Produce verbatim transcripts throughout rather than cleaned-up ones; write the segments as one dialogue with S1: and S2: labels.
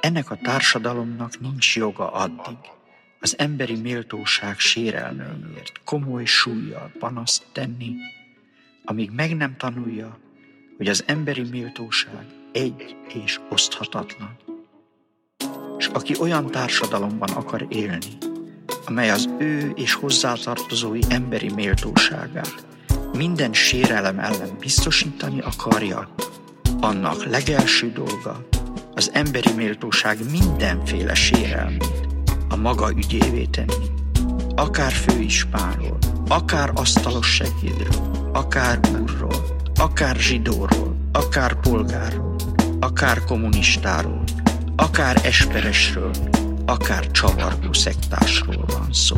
S1: ennek a társadalomnak nincs joga addig az emberi méltóság sérelmeiért komoly súllyal panaszt tenni, amíg meg nem tanulja, hogy az emberi méltóság egy és oszthatatlan. És aki olyan társadalomban akar élni, amely az ő és hozzátartozói emberi méltóságát minden sérelem ellen biztosítani akarja, annak legelső dolga az emberi méltóság mindenféle sérelmét a maga ügyévé tenni. Akár főispánról, akár asztalos segédről, akár úrról, akár zsidóról, akár polgárról, akár kommunistáról, akár esperesről, akár csavargó szektásról van szó.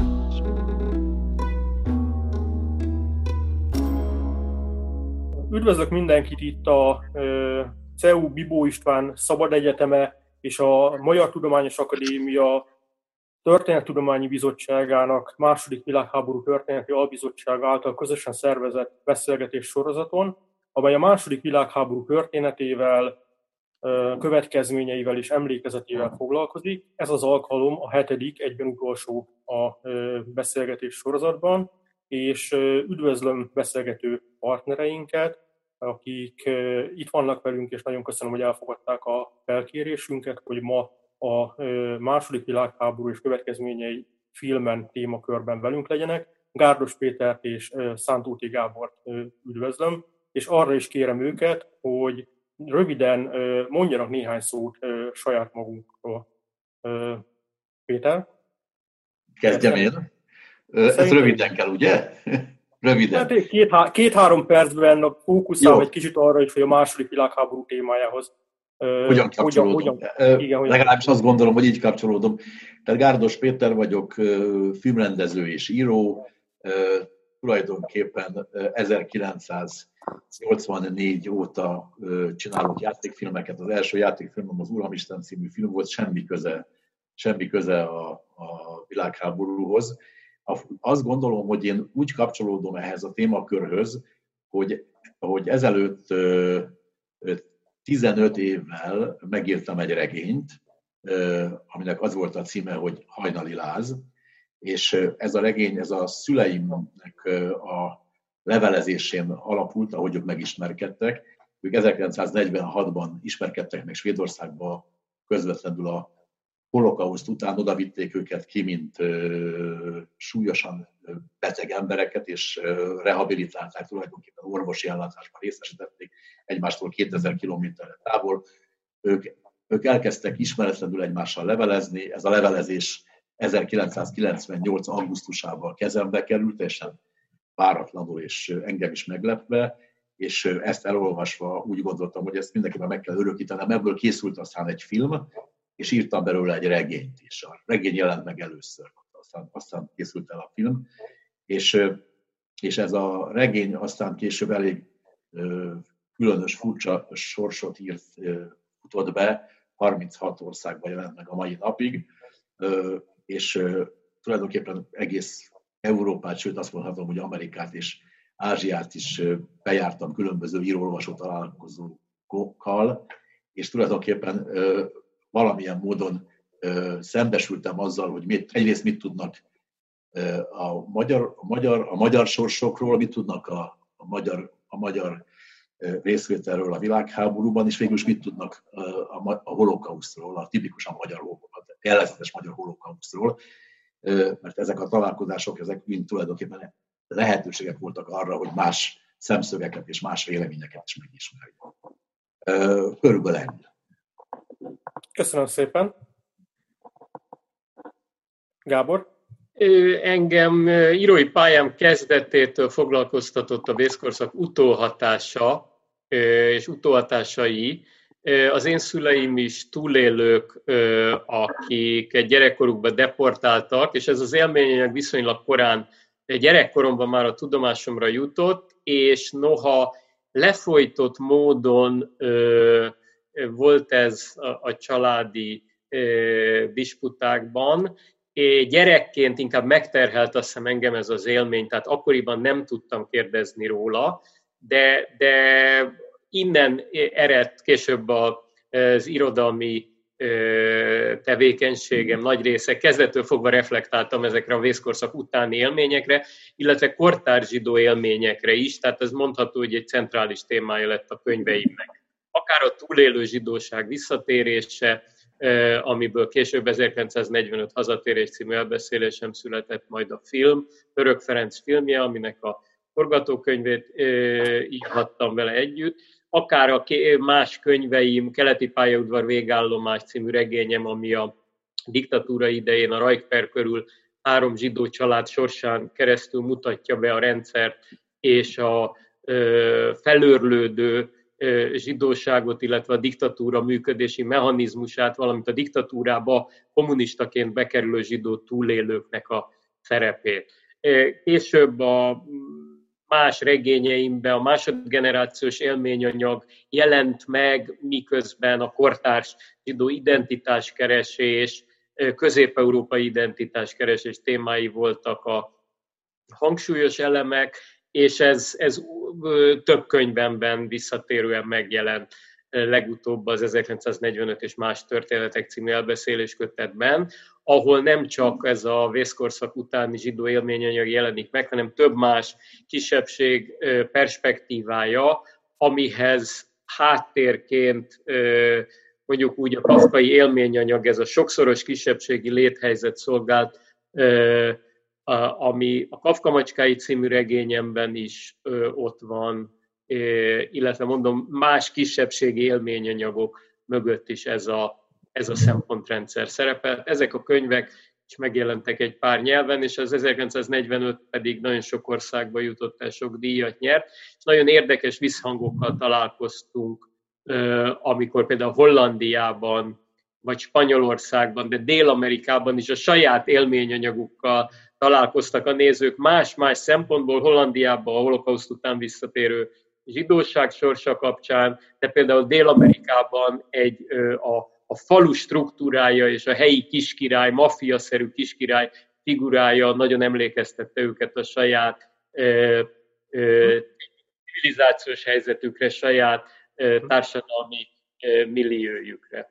S2: Üdvözlök mindenkit itt a cé e u Bibó István Szabad Egyeteme és a Magyar Tudományos Akadémia Történettudományi Bizottságának második világháború történeti albizottság által közösen szervezett beszélgetés sorozaton, amely a második világháború történetével, következményeivel és emlékezetével foglalkozik. Ez az alkalom a hetedik, egyben utolsó a beszélgetés sorozatban, és üdvözlöm beszélgető partnereinket, akik itt vannak velünk, és nagyon köszönöm, hogy elfogadták a felkérésünket, hogy ma a második világháború és következményei filmen témakörben velünk legyenek. Gárdos Pétert és Szántóti Gábort üdvözlöm, és arra is kérem őket, hogy röviden mondjanak néhány szót saját magunkról. Péter?
S3: Kezdjem én. Ez Szerintem... röviden kell, ugye? Röviden.
S2: Hát két, két-három percben fókuszál egy kicsit arra is, hogy a második világháború témájához
S3: hogyan kapcsolódom. Hogyan, hogyan, igen, hogyan. Legalábbis azt gondolom, hogy így kapcsolódom. Tehát Gárdos Péter vagyok, filmrendező és író. Tulajdonképpen ezerkilencszáznyolcvannégy óta csinálok játékfilmeket. Az első játékfilmem az Uramisten című film volt, semmi köze, semmi köze a, a világháborúhoz. Azt gondolom, hogy én úgy kapcsolódom ehhez a témakörhöz, hogy, hogy ezelőtt tizenöt évvel megírtam egy regényt, aminek az volt a címe, hogy Hajnali láz, és ez a regény, ez a szüleimnek a levelezésén alapult, ahogy ők megismerkedtek. Ők ezerkilencszáznegyvenhatban ismerkedtek meg Svédországba, közvetlenül a holokauszt után odavitték őket ki, mint ö, súlyosan beteg embereket, és ö, rehabilitálták, tulajdonképpen orvosi ellátásban részesítették egymástól kétezer kilométerre távol. Ők, ők elkezdtek ismeretlenül egymással levelezni, ez a levelezés ezerkilencszázkilencvennyolc augusztusában kezembe került, teljesen váratlanul és engem is meglepve, és ezt elolvasva úgy gondoltam, hogy ezt mindenképpen meg kell örökítenem. Ebből készült aztán egy film, és írtam belőle egy regényt is. A regény jelent meg először, aztán, aztán készült el a film, és, és ez a regény aztán később elég ö, különös, furcsa sorsot írt, ö, futott be, harminchat országban jelent meg a mai napig, ö, és ö, tulajdonképpen egész Európát, sőt azt mondhatom, hogy Amerikát és Ázsiát is ö, bejártam különböző író-olvasó találkozókkal, és tulajdonképpen ö, valamilyen módon ö, szembesültem azzal, hogy mit, egyrészt mit tudnak ö, a, magyar, a, magyar, a magyar sorsokról, mit tudnak a, a magyar, a magyar ö, részvételről a világháborúban, és végül is mit tudnak ö, a, a holokausztról, a tipikusan magyar, a jellegzetes magyar holokausztról, ö, mert ezek a találkozások, ezek mind tulajdonképpen lehetőségek voltak arra, hogy más szemszögeket és más véleményeket is megismerjük. Ö, körülbelül ennyi.
S2: Köszönöm szépen. Gábor?
S4: Engem írói pályám kezdetétől foglalkoztatott a vészkorszak utóhatása és utóhatásai. Az én szüleim is túlélők, akik gyerekkorukban deportáltak, és ez az élmények viszonylag korán gyerekkoromban már a tudomásomra jutott, és noha lefolytott módon volt ez a, a családi e, disputákban. É, gyerekként inkább megterhelt azt hiszem engem ez az élmény, tehát akkoriban nem tudtam kérdezni róla, de, de innen eredt később az irodalmi tevékenységem nagy része, kezdettől fogva reflektáltam ezekre a vészkorszak utáni élményekre, illetve kortárs zsidó élményekre is, tehát ez mondható, hogy egy centrális témája lett a könyveimnek. Akár a túlélő zsidóság visszatérése, amiből később ezerkilencszáznegyvenöt Hazatérés című elbeszélésem született, majd a film, Török Ferenc filmje, aminek a forgatókönyvét írhattam vele együtt, akár a más könyveim, Keleti pályaudvar végállomás című regényem, ami a diktatúra idején a Rajkper körül három zsidó család sorsán keresztül mutatja be a rendszert és a felőrlődő zsidóságot, illetve a diktatúra működési mechanizmusát, valamint a diktatúrába kommunistaként bekerülő zsidó túlélőknek a szerepét. Később a más regényeimben a másodgenerációs élményanyag jelent meg, miközben a kortárs zsidó identitáskeresés, közép-európai identitáskeresés témái voltak a hangsúlyos elemek, és ez, ez több könyvemben visszatérően megjelent, legutóbb az ezerkilencszáznegyvenöt és más történetek című elbeszéléskötetben, ahol nem csak ez a vészkorszak utáni zsidó élményanyag jelenik meg, hanem több más kisebbség perspektívája, amihez háttérként mondjuk úgy a kafkai élményanyag, ez a sokszoros kisebbségi léthelyzet szolgált, ami a Kafka macskái című regényemben is ott van, illetve mondom, más kisebbségi élményanyagok mögött is ez a, ez a szempontrendszer szerepel. Ezek a könyvek is megjelentek egy pár nyelven, és az ezerkilencszáznegyvenöt pedig nagyon sok országba jutott el, sok díjat nyert, és nagyon érdekes visszhangokkal találkoztunk, amikor például Hollandiában, vagy Spanyolországban, de Dél-Amerikában is a saját élményanyagukkal találkoztak a nézők más-más szempontból, Hollandiában a holokauszt után visszatérő zsidóság sorsa kapcsán, de például Dél-Amerikában egy, a, a falu struktúrája és a helyi kiskirály, maffiaszerű kiskirály figurája nagyon emlékeztette őket a saját ö, ö, civilizációs helyzetükre, saját ö, társadalmi ö, milliójükre.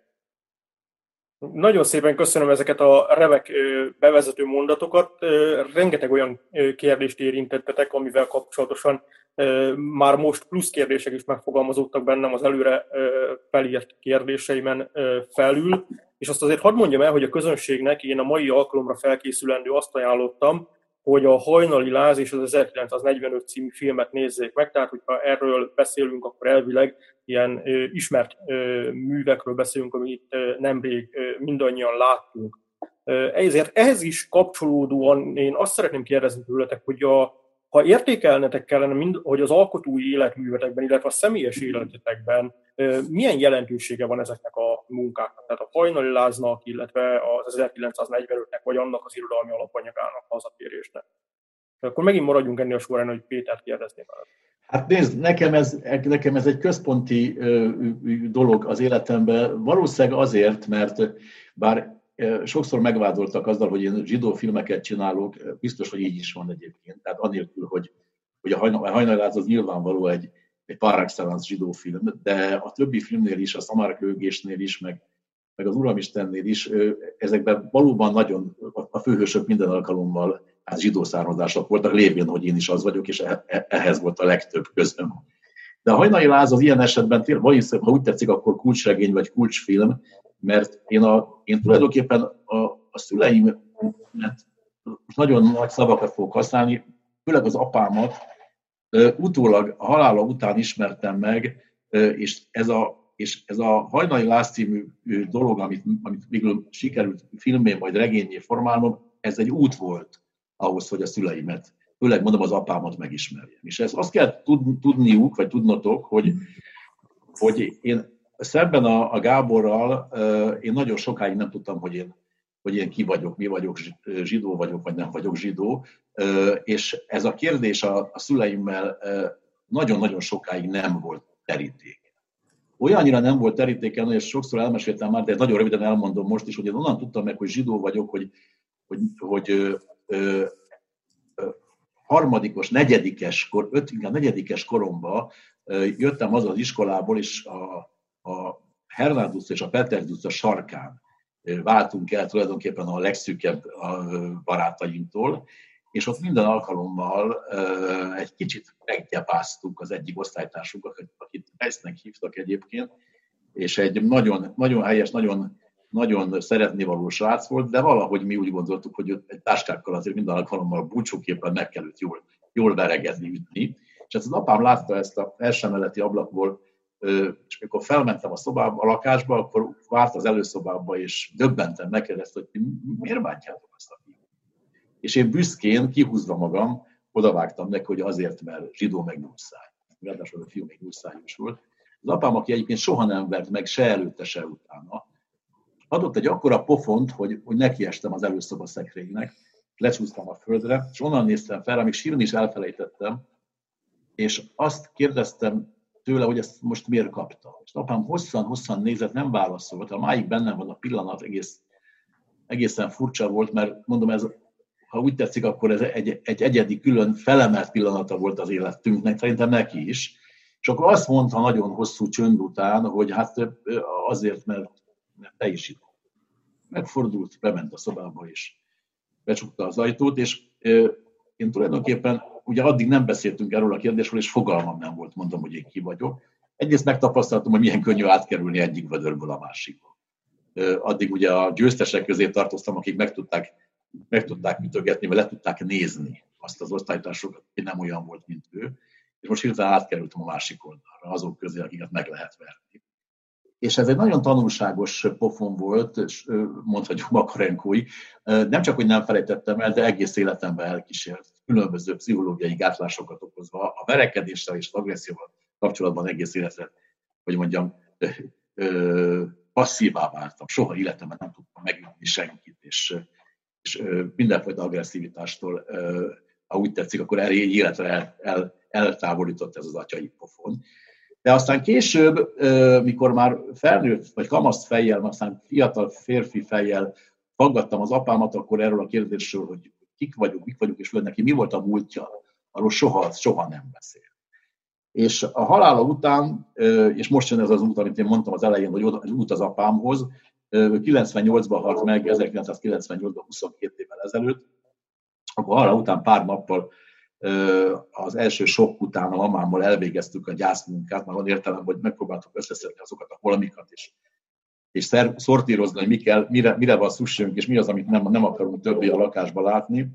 S2: Nagyon szépen köszönöm ezeket a remek bevezető mondatokat. Rengeteg olyan kérdést érintettetek, amivel kapcsolatosan már most plusz kérdések is megfogalmazódtak bennem az előre felírt kérdéseimen felül. És azt azért hadd mondjam el, hogy a közönségnek én a mai alkalomra felkészülendő azt ajánlottam, hogy a Hajnali Láz és az ezerkilencszáznegyvenöt című filmet nézzék meg, tehát hogyha erről beszélünk, akkor elvileg ilyen ismert művekről beszélünk, amit nemrég mindannyian láttunk. Ezért ehhez is kapcsolódóan én azt szeretném kérdezni tőletek, hogy a, ha értékelnetek kellene, mind, hogy az alkotói életművetekben, illetve a személyes életetekben milyen jelentősége van ezeknek a munkáknak, tehát a Hajnali Láznak, illetve az ezerkilencszáznegyvenötnek, vagy annak az irodalmi alapanyagának, Hazatérésnek. Akkor megint maradjunk ennél a során, hogy Pétert kérdezném el.
S3: Hát nézd, nekem ez, nekem ez egy központi dolog az életemben, valószínűleg azért, mert bár sokszor megvádoltak azzal, hogy én zsidó filmeket csinálok, biztos, hogy így is van egyébként. Tehát anélkül, hogy, hogy a Hajnali Láz az nyilvánvaló egy, egy par excellence zsidó film, de a többi filmnél is, a Szamárkőgésnél is, meg, meg az Uramistennél is, ezekben valóban nagyon a főhősök minden alkalommal hát zsidó származások voltak, lévén, hogy én is az vagyok, és ehhez volt a legtöbb közöm. De a Hajnali Láz az ilyen esetben, ha úgy tetszik, akkor kulcsregény vagy kulcsfilm, mert én, a, én tulajdonképpen a, a szüleimet nagyon nagy szavakat fogok használni, főleg az apámat utólag a halála után ismertem meg, és ez a, és ez a Hajnali Láz című dolog, amit, amit végül sikerült filmé vagy regényé formálnom, ez egy út volt ahhoz, hogy a szüleimet, főleg mondom az apámat megismerjem. És ezt azt kell tudniuk, vagy tudnotok, hogy, hogy én szemben a, a Gáborral én nagyon sokáig nem tudtam, hogy én, hogy én ki vagyok, mi vagyok, zsidó vagyok, vagy nem vagyok zsidó. És ez a kérdés a, a szüleimmel nagyon-nagyon sokáig nem volt terítéken. Olyannyira nem volt terítéken, és sokszor elmeséltem már, de nagyon röviden elmondom most is, hogy én onnan tudtam meg, hogy zsidó vagyok, hogy, hogy, hogy ö, ö, ö, harmadikos, negyedikes, kor, öt, inkább negyedikes koromban ö, jöttem haza az iskolából, és a, a Hernád utca és a Petterz utca sarkán váltunk el tulajdonképpen a legszűkebb barátainktól, és ott minden alkalommal egy kicsit meggyepáztuk az egyik osztálytársunkat, akit Vesznek hívtak egyébként, és egy nagyon, nagyon helyes, nagyon, nagyon szeretnivaló srác volt, de valahogy mi úgy gondoltuk, hogy egy táskákkal azért minden alkalommal búcsúképpen meg kell őt jól, jól veregezni, ütni. És az apám látta ezt az első emeleti ablakból, és amikor felmentem a szobába, a lakásba, akkor várt az előszobába, és döbbenten megkérdezte, hogy miért bántjátok azt a fiút. És én büszkén, kihúzva magam, odavágtam neki, hogy azért, mert zsidó meg nyúlszáj. Ráadásul a fiú még nyúlszájos volt. Az apám, aki egyébként soha nem vert meg, se előtte, se utána, adott egy akkora pofont, hogy, hogy nekiestem az előszoba szekrénynek, lecsúsztam a földre, és onnan néztem fel, amíg sírni is elfelejtettem, és azt kérdeztem tőle, hogy ezt most miért kapta. És apám hosszan-hosszan nézett, nem válaszolt. A máig bennem van a pillanat, egész, egészen furcsa volt, mert mondom, ez, ha úgy tetszik, akkor ez egy, egy egyedi, külön felemelt pillanata volt az életünknek, szerintem neki is. És akkor azt mondta nagyon hosszú csönd után, hogy hát azért, mert, mert te is itt. Megfordult, bement a szobába, és becsukta az ajtót, és én tulajdonképpen ugye addig nem beszéltünk erről a kérdésről, és fogalmam nem volt, mondom, hogy én ki vagyok. Egyrészt megtapasztaltam, hogy milyen könnyű átkerülni egyik vödörből a másikba. Addig ugye a győztesek közé tartoztam, akik meg tudták, meg tudták ütögetni, vagy le tudták nézni azt az osztálytársokat, hogy nem olyan volt, mint ő. És most hirtelen átkerültem a másik oldalra, azok közé, akiket meg lehet verni. És ez egy nagyon tanulságos pofon volt, és mondhatjuk Makarenkói. Nem csak, hogy nem felejtettem el, de egész életemben elkísért. Különböző pszichológiai gátlásokat okozva, a verekedéssel és az agresszióval kapcsolatban egész életre, hogy mondjam, passzívá váltam. Soha életemben nem tudtam megütni senkit, és, és mindenfajta agresszivitástól, ha úgy tetszik, akkor el, életre el, el, eltávolított ez az atyai pofon. De aztán később, mikor már felnőtt, vagy kamaszt fejjel, aztán fiatal férfi fejjel faggattam az apámat, akkor erről a kérdésről, hogy kik vagyunk, mik vagyunk, és hogy neki mi volt a múltja, arról soha, soha nem beszél. És a halála után, és most jön ez az út, amit én mondtam az elején, hogy az út az apámhoz, kilencvennyolcban halt meg, ezerkilencszázkilencvennyolcban, huszonkét évvel ezelőtt, akkor halála után pár nappal az első sok után a mamámmal elvégeztük a gyászmunkát, már van értelem, hogy megpróbáltuk összeszedni azokat a holmikat, és, és szer, szortírozni, hogy mi kell, mire, mire van szükségünk, és mi az, amit nem, nem akarunk többé a lakásba látni.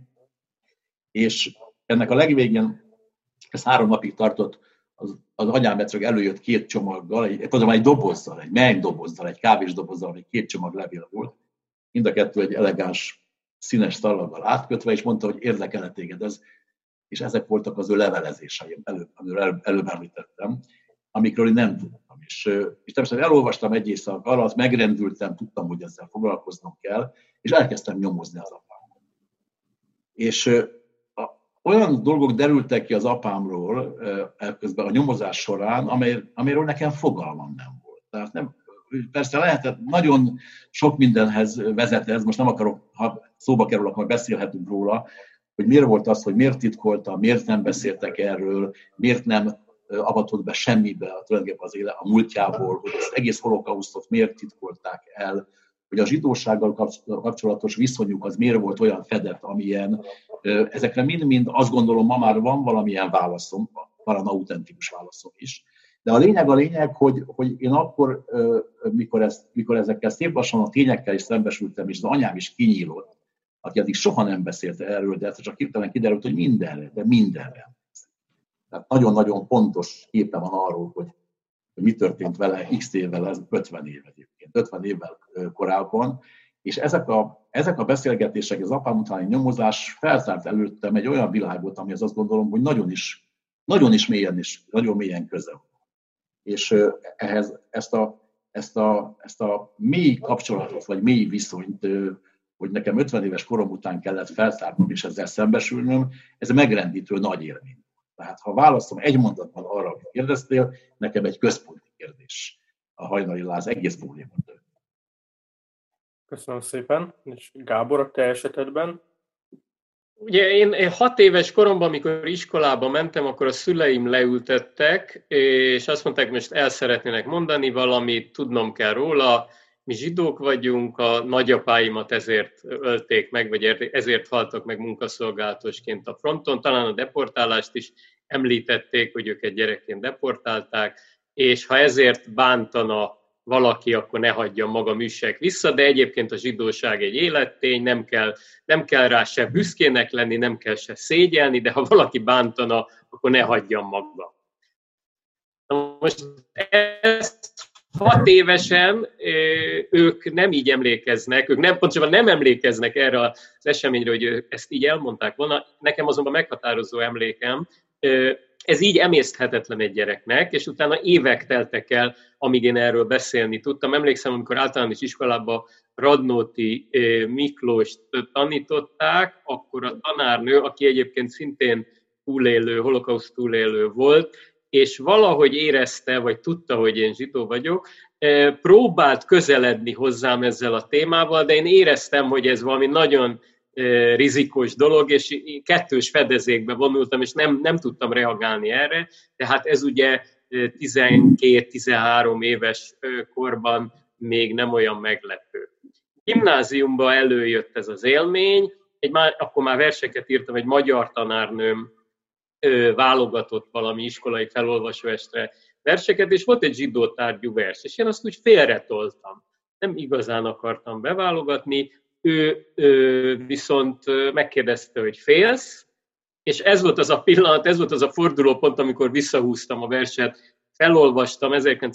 S3: És ennek a legvégén, ez három napig tartott, az, az anyám egyszerűen előjött két csomaggal, egy, egy dobozzal, egy menny dobozzal, egy kávés dobozzal, egy két csomag levél volt. Mind a kettő egy elegáns, színes szallaggal átkötve, és mondta, hogy érdekel téged ez. És ezek voltak az ő levelezéseim, előbb, amiről előbb említettem, amikről én nem tudtam. És, és természetesen elolvastam egy éjszak alatt, megrendültem, tudtam, hogy ezzel foglalkoznom kell, és elkezdtem nyomozni az apámot. És a, olyan dolgok derültek ki az apámról közben a nyomozás során, amely, amelyről nekem fogalmam nem volt. Tehát nem, persze lehetett, nagyon sok mindenhez vezet ez, most nem akarok, ha szóba kerül, akkor beszélhetünk róla, hogy miért volt az, hogy miért titkolta, miért nem beszéltek erről, miért nem avatott be semmibe tulajdonképpen az élet, a múltjából, hogy az egész holokausztot miért titkolták el, hogy a zsidósággal kapcsolatos viszonyuk az miért volt olyan fedett, amilyen. Ezekre mind-mind azt gondolom, ma már van valamilyen válaszom, valami autentikus válaszom is. De a lényeg a lényeg, hogy, hogy én akkor, mikor, ezt, mikor ezekkel szép lassan a tényekkel is szembesültem, és az anyám is kinyílott, aki addig soha nem beszélt erről, de ez csak hirtelen kiderült, hogy mindenre, de mindenre. Tehát nagyon-nagyon pontos képe van arról, hogy mi történt vele x évvel, ez ötven év egyébként, ötven évvel korábban, és ezek a, ezek a beszélgetések, az apám utáni nyomozás feltárt előttem egy olyan világot, amihez azt gondolom, hogy nagyon is, nagyon is mélyen, is, nagyon mélyen köze van. És ehhez ezt a, ezt, a, ezt a mély kapcsolatot, vagy mély viszonyt, hogy nekem ötven éves korom után kellett feltárnom és ezzel szembesülnöm, ez megrendítő nagy élmény. Tehát ha válaszom egy mondatban arra, amit kérdeztél, nekem egy központi kérdés a Hajnali Láz egész problémát.
S2: Köszönöm szépen. És Gábor, a te esetedben?
S4: Ugye én, én hat éves koromban, amikor iskolába mentem, akkor a szüleim leültettek, és azt mondták, most el szeretnének mondani valamit, tudnom kell róla, mi zsidók vagyunk, a nagyapáimat ezért ölték meg, vagy ezért haltak meg munkaszolgálatosként a fronton, talán a deportálást is említették, hogy őket gyerekként deportálták, és ha ezért bántana valaki, akkor ne hagyja maga műsek vissza, de egyébként a zsidóság egy élettény, nem kell, nem kell rá se büszkének lenni, nem kell se szégyelni, de ha valaki bántana, akkor ne hagyjam magba. Na most ezt hat évesen ők nem így emlékeznek, ők nem, pontosabban nem emlékeznek erre az eseményre, hogy ezt így elmondták volna. Nekem azonban meghatározó emlékem, ez így emészthetetlen egy gyereknek, és utána évek teltek el, amíg én erről beszélni tudtam. Emlékszem, amikor általános iskolában Radnóti Miklóst tanították, akkor a tanárnő, aki egyébként szintén túlélő, holokauszt túlélő volt, és valahogy érezte, vagy tudta, hogy én zsidó vagyok, próbált közeledni hozzám ezzel a témával, de én éreztem, hogy ez valami nagyon rizikós dolog, és kettős fedezékbe vonultam, és nem, nem tudtam reagálni erre, tehát ez ugye tizenkét-tizenhárom éves korban még nem olyan meglepő. Gimnáziumban előjött ez az élmény, egy már, akkor már verseket írtam, egy magyar tanárnőm válogatott valami iskolai felolvasóestre verseket, és volt egy zsidó tárgyú vers, és én azt úgy félretoltam. Nem igazán akartam beválogatni, ő, ő viszont megkérdezte, hogy félsz, és ez volt az a pillanat, ez volt az a fordulópont, amikor visszahúztam a verset, felolvastam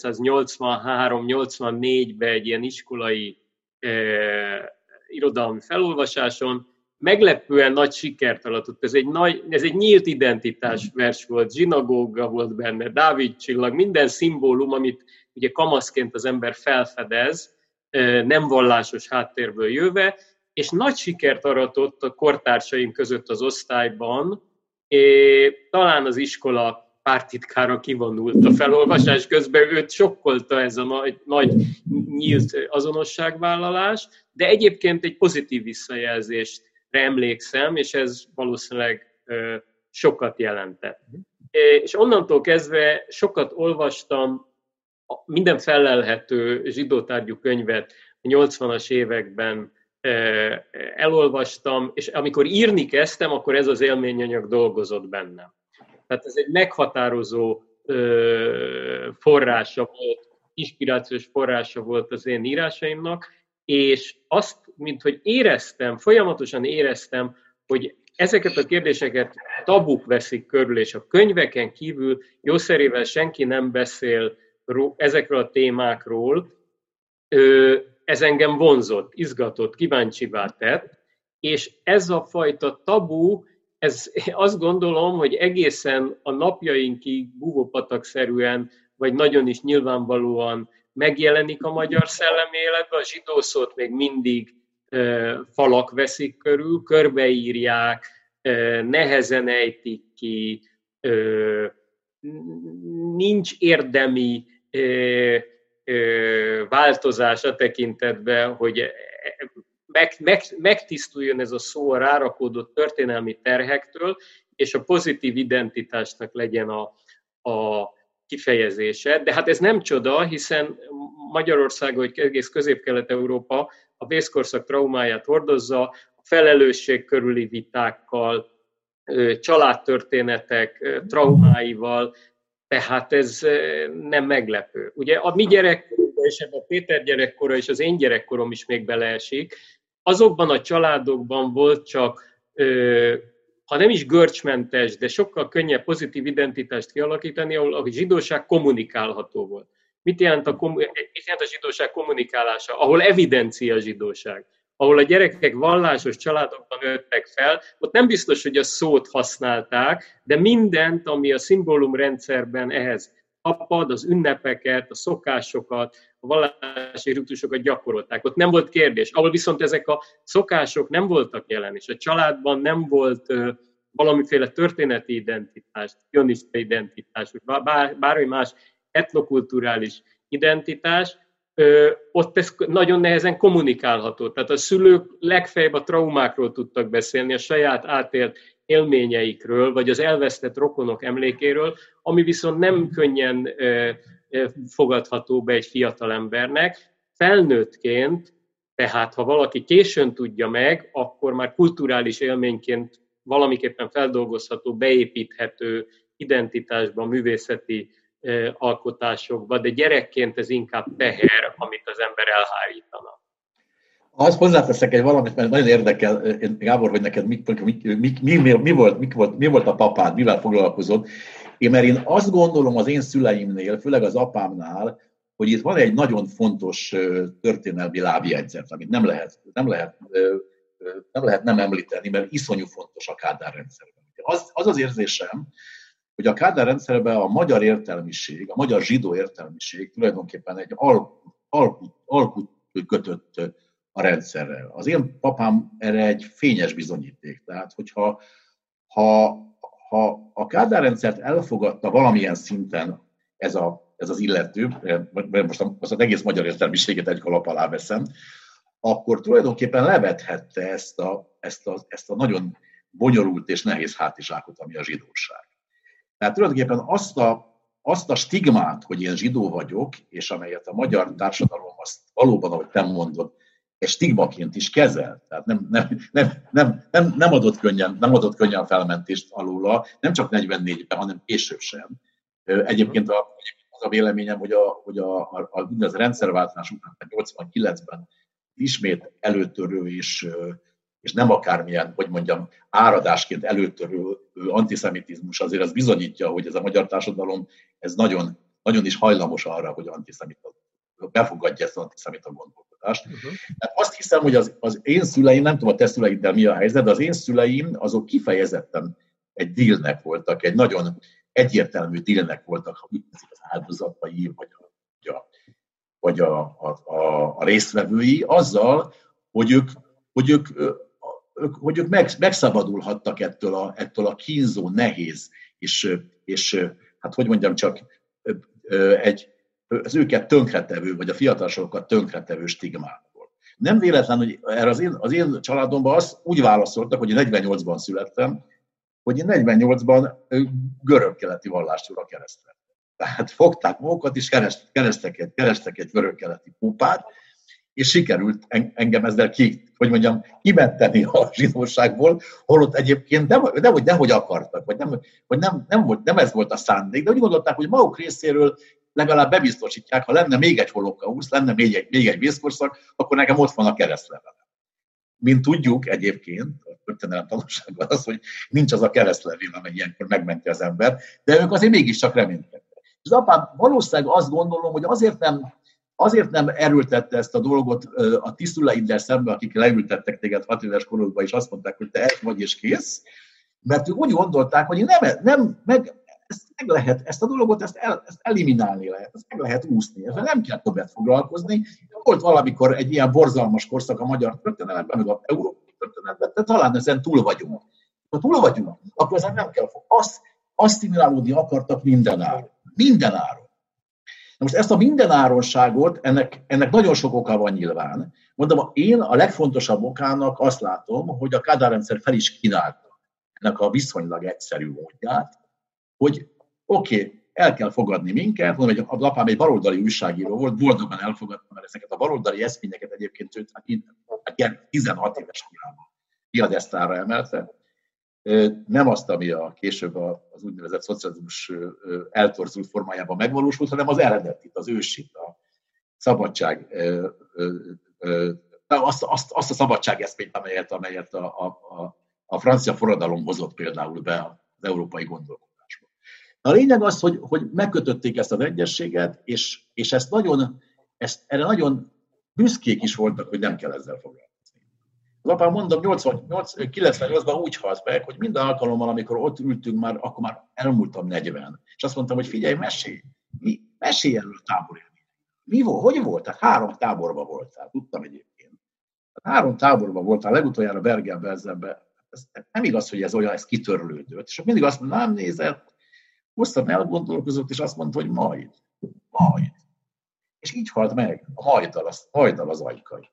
S4: ezerkilencszáznyolcvanhárom-nyolcvannégyben egy ilyen iskolai eh, irodalmi felolvasáson, meglepően nagy sikert aratott. Ez egy, nagy, ez egy nyílt identitás vers volt, zsinagóga volt benne, Dávid csillag, minden szimbólum, amit ugye kamaszként az ember felfedez, nem vallásos háttérből jöve, és nagy sikert aratott a kortársaink között az osztályban, és talán az iskola pártitkára kivonult a felolvasás közben, őt sokkolta ez a nagy, nagy nyílt azonosságvállalás, de egyébként egy pozitív visszajelzést emlékszem, és ez valószínűleg ö, sokat jelentett. És onnantól kezdve sokat olvastam minden felelhető zsidó tárgyú könyvet, a nyolcvanas években ö, elolvastam, és amikor írni kezdtem, akkor ez az élményanyag dolgozott bennem. Tehát ez egy meghatározó ö, forrása volt, inspirációs forrása volt az én írásaimnak, és azt, mint hogy éreztem, folyamatosan éreztem, hogy ezeket a kérdéseket tabuk veszik körül, és a könyveken kívül jószerével senki nem beszél ezekről a témákról, ez engem vonzott, izgatott, kíváncsivá tett, és ez a fajta tabu, ez azt gondolom, hogy egészen a napjainkig búvópatakszerűen, vagy nagyon is nyilvánvalóan megjelenik a magyar szellemi életben, a zsidó szót még mindig e, falak veszik körül, körbeírják, e, nehezen ejtik ki, e, nincs érdemi e, e, változás a tekintetben, hogy meg, meg, megtisztuljon ez a szó a rárakódott történelmi terhektől, és a pozitív identitásnak legyen a, a kifejezése. De hát ez nem csoda, hiszen Magyarország, vagy egész Közép-Kelet-Európa a vészkorszak traumáját hordozza, a felelősség körüli vitákkal, családtörténetek traumáival, tehát ez nem meglepő. Ugye a mi gyerekkorunkban, és ebben a Péter gyerekkora és az én gyerekkorom is még beleesik, azokban a családokban volt csak, ha nem is görcsmentes, de sokkal könnyebb pozitív identitást kialakítani, ahol a zsidóság kommunikálható volt. Mit jelent a, mit jelent a zsidóság kommunikálása? Ahol evidencia a zsidóság. Ahol a gyerekek vallásos családokban nőttek fel, ott nem biztos, hogy a szót használták, de mindent, ami a szimbólumrendszerben ehhez tapad, az ünnepeket, a szokásokat, a vallási ritusokat gyakorolták. Ott nem volt kérdés. Ahol viszont ezek a szokások nem voltak jelen, és a családban nem volt uh, valamiféle történeti identitás, sionista identitás, vagy bár, bármi más etnokulturális identitás, ott ez nagyon nehezen kommunikálható. Tehát a szülők legfeljebb a traumákról tudtak beszélni, a saját átélt élményeikről, vagy az elvesztett rokonok emlékéről, ami viszont nem könnyen fogadható be egy fiatal embernek. Felnőttként, tehát ha valaki későn tudja meg, akkor már kulturális élményként valamiképpen feldolgozható, beépíthető identitásba, művészeti alkotásokba, de gyerekként ez inkább teher, amit az ember elhárítana.
S3: Azt hozzáteszek egy valamit, mert nagyon érdekel, Gábor, hogy neked mi, mi, mi, mi, mi, volt, mi, volt, mi volt a papád, mivel foglalkozott. Én, mert én azt gondolom az én szüleimnél, főleg az apámnál, hogy itt van egy nagyon fontos történelmi lábjegyzet, amit nem lehet nem, lehet, nem lehet nem említeni, mert iszonyú fontos a Kádár rendszerben. Az az, az érzésem, hogy a Kádár rendszerben a magyar értelmiség, a magyar zsidó értelmiség tulajdonképpen egy alkut, alkut kötött a rendszerrel. Az én papám erre egy fényes bizonyíték. Tehát, hogyha ha, ha a Kádár rendszert elfogadta valamilyen szinten ez, a, ez az illető, mert most, most az egész magyar értelmiséget egy kalap alá veszem, akkor tulajdonképpen levethette ezt a, ezt a, ezt a nagyon bonyolult és nehéz hátizsákot, ami a zsidóság. Tehát tulajdonképpen azt a, azt a stigmát, hogy én zsidó vagyok, és amelyet a magyar társadalom azt valóban, ahogy te mondod, egy stigmaként is kezel. Tehát nem, nem, nem, nem, nem, nem, adott könnyen, nem adott könnyen felmentést alóla, nem csak negyvennégyben, hanem később sem. Egyébként a, az a véleményem, hogy a, hogy a, a, a, a rendszerváltás után, nyolcvankilencben ismét előtörő és, és nem akármilyen, hogy mondjam, áradásként előtörő antiszemitizmus, azért az bizonyítja, hogy ez a magyar társadalom ez nagyon, nagyon is hajlamos arra, hogy antiszemita, befogadja ezt az antiszemita gondolkodást. Uh-huh. Azt hiszem, hogy az, az én szüleim, nem tudom a te szüleiddel mi a helyzet, de az én szüleim azok kifejezetten egy dílnek voltak, egy nagyon egyértelmű dílnek voltak, ha úgy teszik az áldozatai, vagy a, vagy a, a, a, a résztvevői, azzal, hogy ők, hogy ők, ők, hogy ők meg, megszabadulhattak ettől a, ettől a kínzó, nehéz, és, és hát hogy mondjam csak, egy, az őket tönkretevő, vagy a fiatalságokat tönkretevő stigmából. Nem véletlen, hogy erre az én, az én családomban azt úgy válaszoltak, hogy én negyvennyolcban születtem, hogy én negyvennyolcban görög-keleti vallástúra keresztre. Tehát fogták magukat, és kerestek egy, kerestek egy görög-keleti pupát, és sikerült engem ezzel ki, hogy mondjam, kimenteni a zsidóságból, holott egyébként nem, nem, hogy nehogy akartak, vagy, nem, vagy nem, nem, volt, nem ez volt a szándék, de úgy gondolták, hogy maguk részéről legalább bebiztosítják, ha lenne még egy holokausz, lenne még egy, még egy vészkorszak, akkor nekem ott van a keresztlevelem. Mint tudjuk egyébként, a történelem tanulságban az, hogy nincs az a keresztlevél, amely ilyenkor megmenti az ember, de ők azért mégiscsak reménykedtek. Az apám valószínűleg azt gondolom, hogy azért nem, azért nem erőltette ezt a dolgot a ti szüleiddel szemben, akik leültettek téged hat éves korodban, és azt mondták, hogy te ez vagy és kész, mert ők úgy gondolták, hogy nem, nem, meg, ezt meg lehet, ezt a dolgot ezt, el, ezt eliminálni lehet, ezt meg lehet úszni, ezzel nem kell többet foglalkozni. Volt valamikor egy ilyen borzalmas korszak a magyar történelemben, meg az európai történelemben, de talán ezen túl vagyunk. Ha túl vagyunk, akkor ezen nem kell foglalkozni. Azt, asszimilálódni akartak mindenáron. Mindenáron. Na most ezt a mindenáronságot, ennek, ennek nagyon sok oka van nyilván. Mondom, én a legfontosabb okának azt látom, hogy a Kádár rendszer fel is kínálta ennek a viszonylag egyszerű módját, hogy oké, okay, el kell fogadni minket, mondom, hogy az apám egy baloldali újságíró volt, boldogan elfogadta, mert ezeket a baloldali eszményeket egyébként őt hát tizenhat éves korában piadesztára emelte. Nem azt, ami a később az úgynevezett szocializmus eltorzult formájában megvalósult, hanem az eredetit, az ősit, a szabadság, azt, azt, azt a szabadságeszményt, amelyet, amelyet a, a, a francia forradalom hozott például be az európai gondolkodásba. A lényeg az, hogy, hogy megkötötték ezt az egyességet, és, és ezt nagyon, ezt, erre nagyon büszkék is voltak, hogy nem kell ezzel foglalkozni. Az apám, mondom, kilencvennyolcban úgy halt meg, hogy minden alkalommal, amikor ott ültünk, már, akkor már elmúltam negyven. És azt mondtam, hogy figyelj, mesélj, mi, mesélj erről a táborélmény. Mi volt? Hogy volt? Tehát három táborban voltál, tudtam egyébként. Tehát három táborban voltál, legutoljára Bergen-Belsenben. Ez nem igaz, hogy ez olyan, ez kitörlődött. És mindig azt mondta, nem nézett, hosszan elgondolkozott, és azt mondta, hogy majd, majd. És így halt meg a Hajdal, az, Hajdal az Ajkai.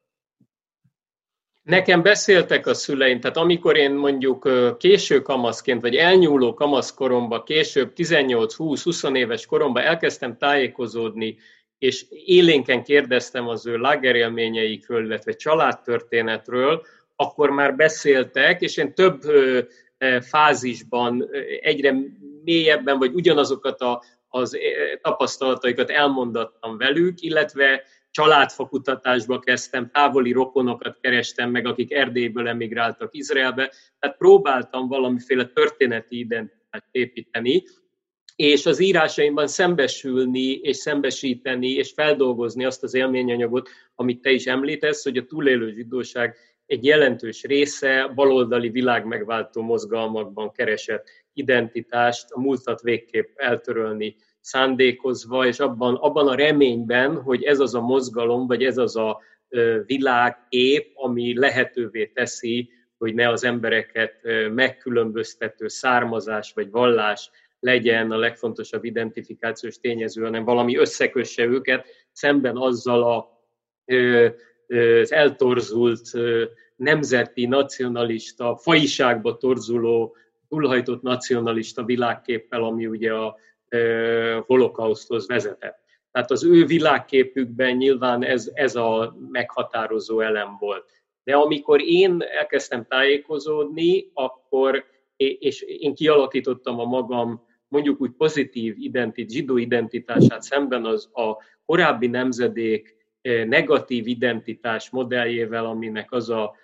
S4: Nekem beszéltek a szüleim, tehát amikor én mondjuk késő kamaszként, vagy elnyúló kamaszkoromban, később tizennyolc-húsz-húsz éves koromban elkezdtem tájékozódni, és élénken kérdeztem az ő lágerélményeikről, illetve családtörténetről, akkor már beszéltek, és én több fázisban, egyre mélyebben, vagy ugyanazokat a, az tapasztalataikat elmondattam velük, illetve családfakutatásba kezdtem, távoli rokonokat kerestem meg, akik Erdélyből emigráltak Izraelbe, tehát próbáltam valamiféle történeti identitást építeni, és az írásaimban szembesülni, és szembesíteni, és feldolgozni azt az élményanyagot, amit te is említesz, hogy a túlélő zsidóság egy jelentős része baloldali világmegváltó mozgalmakban keresett identitást, a múltat végképp eltörölni szándékozva, és abban, abban a reményben, hogy ez az a mozgalom, vagy ez az a világkép, ami lehetővé teszi, hogy ne az embereket megkülönböztető származás vagy vallás legyen a legfontosabb identifikációs tényező, hanem valami összekösse őket szemben azzal a, az eltorzult nemzeti, nacionalista, fajiságba torzuló, túlhajtott nacionalista világképpel, ami ugye a holokauszthoz vezetett. Tehát az ő világképükben nyilván ez, ez a meghatározó elem volt. De amikor én elkezdtem tájékozódni, akkor, és én kialakítottam a magam mondjuk úgy pozitív identit, zsidó identitását szemben az a korábbi nemzedék negatív identitás modelljével, aminek az a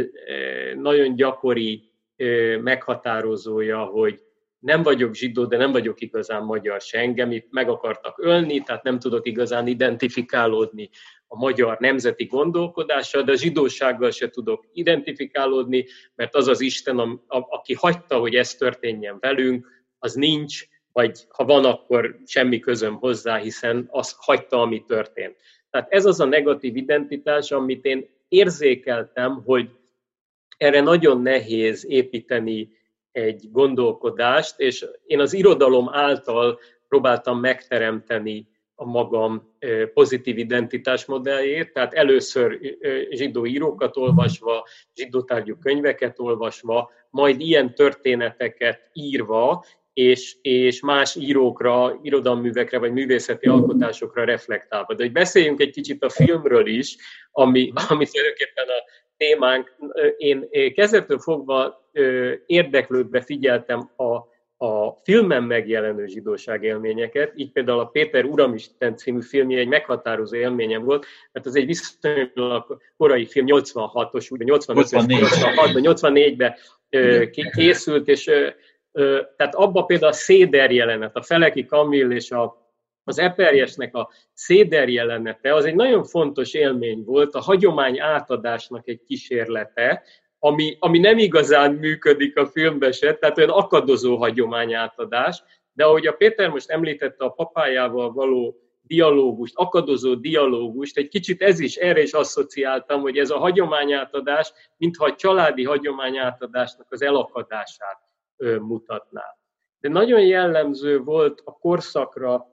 S4: nagyon gyakori meghatározója, hogy nem vagyok zsidó, de nem vagyok igazán magyar se. Engem itt meg akartak ölni, tehát nem tudok igazán identifikálódni a magyar nemzeti gondolkodással, de a zsidósággal se tudok identifikálódni, mert az az Isten, a, a, aki hagyta, hogy ez történjen velünk, az nincs, vagy ha van, akkor semmi közöm hozzá, hiszen az hagyta, ami történt. Tehát ez az a negatív identitás, amit én érzékeltem, hogy erre nagyon nehéz építeni egy gondolkodást, és én az irodalom által próbáltam megteremteni a magam pozitív identitás modelljét, tehát először zsidó írókat olvasva, zsidó tárgyú könyveket olvasva, majd ilyen történeteket írva, és, és más írókra, irodalművekre vagy művészeti alkotásokra reflektálva. De hogy beszéljünk egy kicsit a filmről is, ami, ami tulajdonképpen a témánk. Én kezdettől fogva érdeklődve figyeltem a, a filmen megjelenő zsidóság élményeket, így például a Péter Uramisten című filmje egy meghatározó élményem volt, mert az egy viszonylag korai film, nyolcvanhatos, ugye nyolcvanötös, nyolcvanhatban, nyolcvannégyben készült, és tehát abban például a széder jelenet, a Feleki Kamil és a az Eperjesnek a széder jelenete, az egy nagyon fontos élmény volt, a hagyomány átadásnak egy kísérlete, ami, ami nem igazán működik a filmben se, tehát olyan akadozó hagyomány átadás, de ahogy a Péter most említette a papájával való dialógust, akadozó dialógust, egy kicsit ez is, erre is asszociáltam, hogy ez a hagyományátadás, mintha a családi hagyományátadásnak az elakadását ö, mutatná. De nagyon jellemző volt a korszakra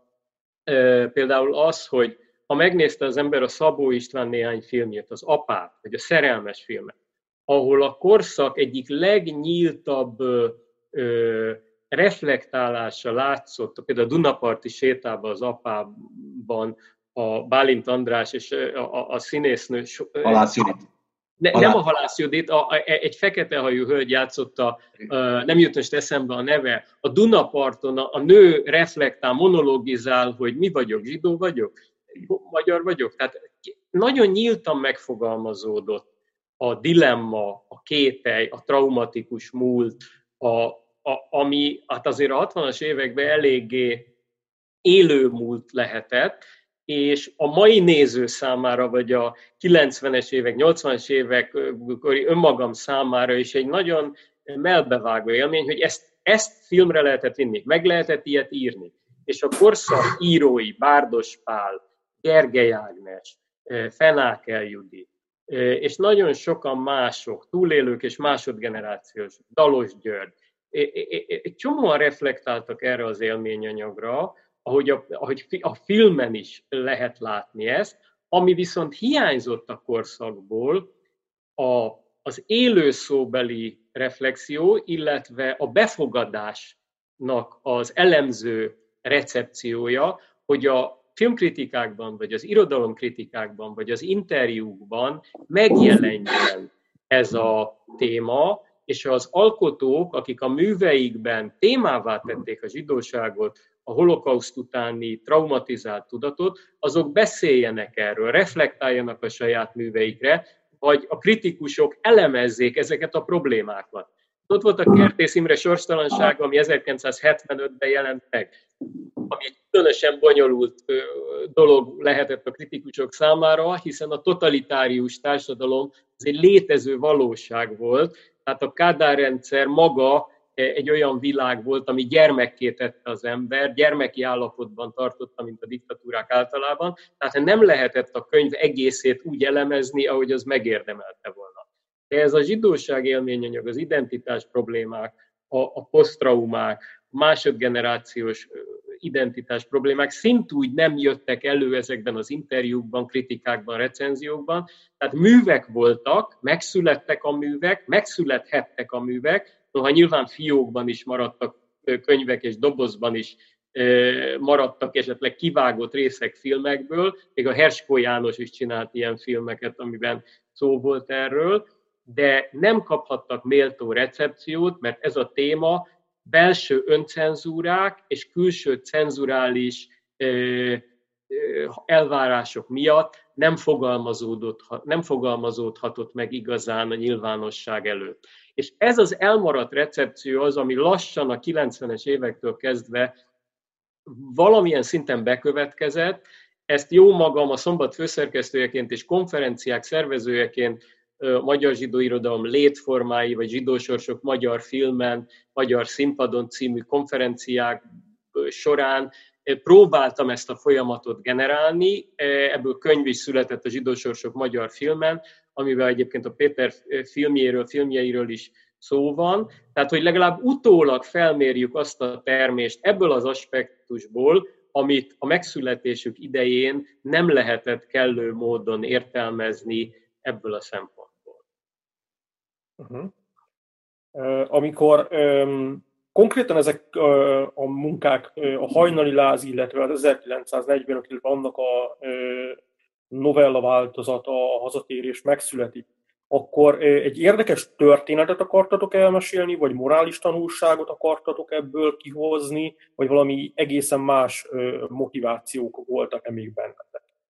S4: például az, hogy ha megnézte az ember a Szabó István néhány filmjét, az Apát, vagy a Szerelmes filmet, ahol a korszak egyik legnyíltabb ö, ö, reflektálása látszott, például a Dunaparti sétában az Apában a Bálint András és a, a, a színésznő...
S3: Halász Judit.
S4: Ne, nem a Halász Judit, a, a, egy feketehajú hölgy játszotta, nem jut most eszembe a neve, a Dunaparton a, a nő reflektál, monologizál, hogy mi vagyok, zsidó vagyok, magyar vagyok. Tehát nagyon nyíltan megfogalmazódott a dilemma, a kételj, a traumatikus múlt, a, a, ami hát azért a hatvanas években eléggé élő múlt lehetett, és a mai néző számára, vagy a kilencvenes évek, nyolcvanas évek önmagam számára is egy nagyon melbevágó élmény, hogy ezt, ezt filmre lehetett vinni, meg lehetett ilyet írni. És a korszak írói, Bárdos Pál, Gergely Ágnes, Fenákel Judit, és nagyon sokan mások, túlélők és másodgenerációs, Dalos György, egy csomóan reflektáltak erre az élményanyagra, ahogy a, ahogy a filmen is lehet látni ezt, ami viszont hiányzott a korszakból, a, az élőszóbeli reflexió, illetve a befogadásnak az elemző recepciója, hogy a filmkritikákban, vagy az irodalomkritikákban, vagy az interjúkban megjelenjen ez a téma, és az alkotók, akik a műveikben témává tették a zsidóságot, a holokauszt utáni traumatizált tudatot, azok beszéljenek erről, reflektáljanak a saját műveikre, vagy a kritikusok elemezzék ezeket a problémákat. Ott volt a Kertész Imre Sorstalansága, ami ezerkilencszázhetvenötben jelent meg, ami egy különösen bonyolult dolog lehetett a kritikusok számára, hiszen a totalitárius társadalom az egy létező valóság volt, tehát a Kádár rendszer maga egy olyan világ volt, ami gyermekké tette az ember, gyermeki állapotban tartotta, mint a diktatúrák általában, tehát nem lehetett a könyv egészét úgy elemezni, ahogy az megérdemelte volna. De ez a zsidóság élményanyag, az identitás problémák, a, a posztraumák, a másodgenerációs identitás problémák szintúgy nem jöttek elő ezekben az interjúkban, kritikákban, recenziókban. Tehát művek voltak, megszülettek a művek, megszülethettek a művek, noha nyilván fiókban is maradtak könyvek, és dobozban is maradtak esetleg kivágott részek filmekből, még a Herskó János is csinált ilyen filmeket, amiben szó volt erről, de nem kaphattak méltó recepciót, mert ez a téma belső öncenzúrák és külső cenzurális elvárások miatt nem fogalmazódott, nem fogalmazódhatott meg igazán a nyilvánosság előtt. És ez az elmaradt recepció az, ami lassan a kilencvenes évektől kezdve valamilyen szinten bekövetkezett. Ezt jó magam a Szombat főszerkesztőjeként és konferenciák szervezőjeként, Magyar Zsidó Irodalom létformái, vagy Zsidósorsok magyar filmen, magyar színpadon című konferenciák során próbáltam ezt a folyamatot generálni. Ebből könyv is született a Zsidósorsok magyar filmen, amivel egyébként a Péter filmjéről, filmjeiről is szó van. Tehát, hogy legalább utólag felmérjük azt a termést ebből az aspektusból, amit a megszületésük idején nem lehetett kellő módon értelmezni ebből a szempontból.
S2: Uh-huh. Uh, amikor um, konkrétan ezek uh, a munkák, uh, a Hajnali Láz, illetve az ezerkilencszáznegyvenöt, illetve annak a uh, novella változata, a Hazatérés megszületik, akkor uh, egy érdekes történetet akartatok elmesélni, vagy morális tanulságot akartatok ebből kihozni, vagy valami egészen más uh, motivációk voltak-e még bennetek?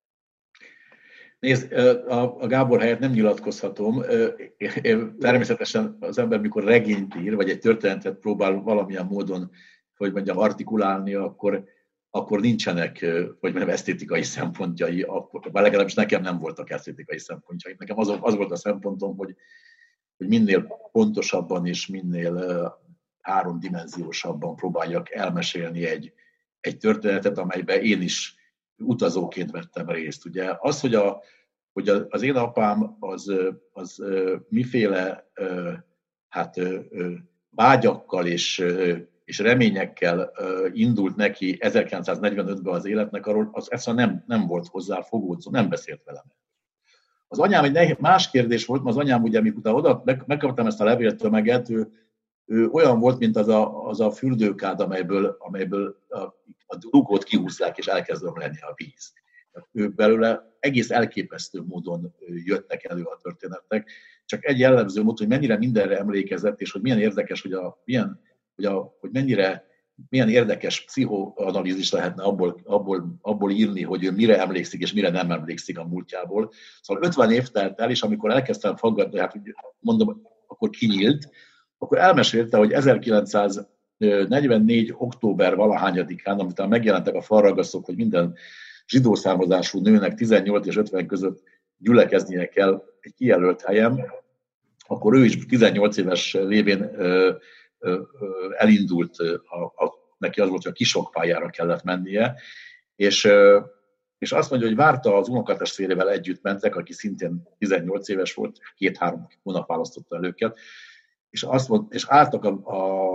S3: Nézd, a Gábor helyett nem nyilatkozhatom. Természetesen az ember, mikor regényt ír, vagy egy történetet próbál valamilyen módon, hogy mondjam, artikulálni, akkor, akkor nincsenek, hogy mondjam, esztétikai szempontjai, akkor, legalábbis nekem nem voltak esztétikai szempontjai. Nekem az, az volt a szempontom, hogy, hogy minél pontosabban és minél háromdimenziósabban próbáljak elmesélni egy, egy történetet, amelyben én is utazóként vettem részt. Ugye az, hogy, a, hogy az én apám az, az miféle hát, vágyakkal és, és reményekkel indult neki ezerkilencszáznegyvenötben az életnek, arról az egyszerűen nem, nem volt hozzá fogódzó, nem beszélt velem. Az anyám egy nehéz, más kérdés volt, mert az anyám, ugye, amikor oda meg, megkaptam ezt a levéltömeget, ő, ő olyan volt, mint az a, az a fürdőkád, amelyből, amelyből a, a dugót kihúzzák, és elkezd lenni a víz. Ő belőle egész elképesztő módon jöttek elő a történetek. Csak egy jellemző mód, hogy mennyire mindenre emlékezett, és hogy milyen érdekes, hogy, a, milyen, hogy, a, hogy mennyire milyen érdekes pszichoanalízis lehetne abból, abból, abból írni, hogy ő mire emlékszik, és mire nem emlékszik a múltjából. Szóval ötven év telt el, és amikor elkezdtem faggatni, hát mondom, akkor kinyílt, akkor elmesélte, hogy ezerkilencszáznegyvennégy. október valahányadikán, amitán megjelentek a falragaszok, hogy minden zsidó származású nőnek tizennyolc és ötven között gyülekeznie kell egy kijelölt helyen, akkor ő is tizennyolc éves lévén ö, ö, ö, elindult, a, a, neki az volt, hogy a kisokpályára kellett mennie, és, ö, és azt mondja, hogy várta az unokatestvérével együtt mentek, aki szintén tizennyolc éves volt, két-három hónap választotta el őket, és, azt mond, és álltak a, a,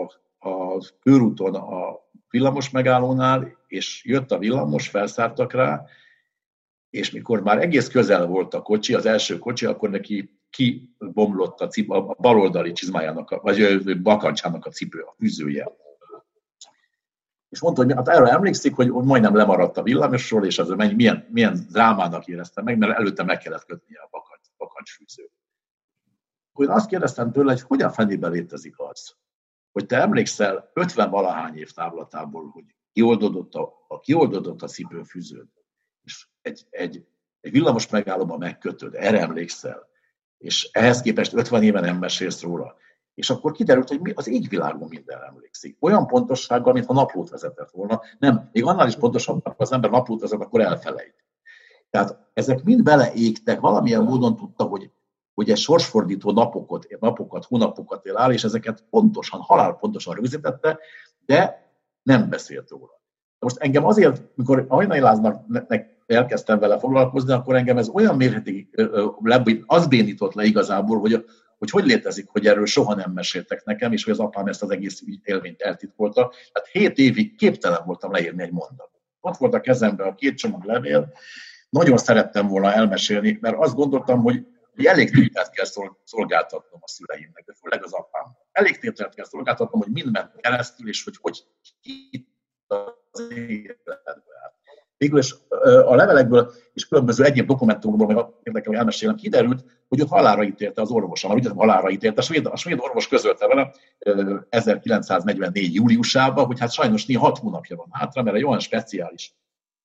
S3: a körúton a villamos megállónál, és jött a villamos, felszálltak rá, és mikor már egész közel volt a kocsi, az első kocsi, akkor neki kibomlott a, cip, a baloldali csizmájának, a, vagy bakancsának a cipő, a fűzője. És mondta, hogy hát erre emlékszik, hogy majdnem lemaradt a villamosról, és az milyen, milyen drámának éreztem meg, mert előtte meg kellett kötnie a bakancs, bakancsfűzőt. Akkor én azt kérdeztem tőle, hogy hogyan fenében létezik az, hogy te emlékszel ötven-valahány év távlatából, hogy kioldódott a, a, kioldódott a cipőfűződ, és egy, egy, egy villamos megállóban megkötöd, erre emlékszel, és ehhez képest ötven éve nem mesélsz róla. És akkor kiderült, hogy mi az égvilágon minden emlékszik. Olyan pontossággal, mintha naplót vezetett volna. Nem, még annál is pontosabb, ha az ember naplót vezet, akkor elfelejt. Tehát ezek mind beleégtek, valamilyen módon tudta, hogy, hogy egy sorsfordító napokat, napokat, hónapokat él áll, és ezeket pontosan, halálpontosan rögzítette, de nem beszélt róla. De most engem azért, mikor Hajnai Láznak elkezdtem vele foglalkozni, akkor engem ez olyan mérhetig az bénított le igazából, hogy hogy hogy létezik, hogy erről soha nem meséltek nekem, és hogy az apám ezt az egész élményt eltitkolta. Hát hét évig képtelen voltam leírni egy mondatot. Ott volt a kezemben a két csomag levél, nagyon szerettem volna elmesélni, mert azt gondoltam, hogy elég tételt kell szolgáltatnom a szüleimnek, de főleg az apám. Elég tételt kell szolgáltatnom, hogy mind ment keresztül, és hogy hogy hitt az életbe. Végül is a levelekből és különböző egyéb dokumentumokból, meg érdekel, hogy elmesélem, kiderült, hogy ott halálra ítélte az orvosa, már ugye halálra ítélte. A svéd, a svéd orvos közölte vele ezerkilencszáznegyvennégy júliusában, hogy hát sajnos néha hat hónapja van hátra, mert egy olyan speciális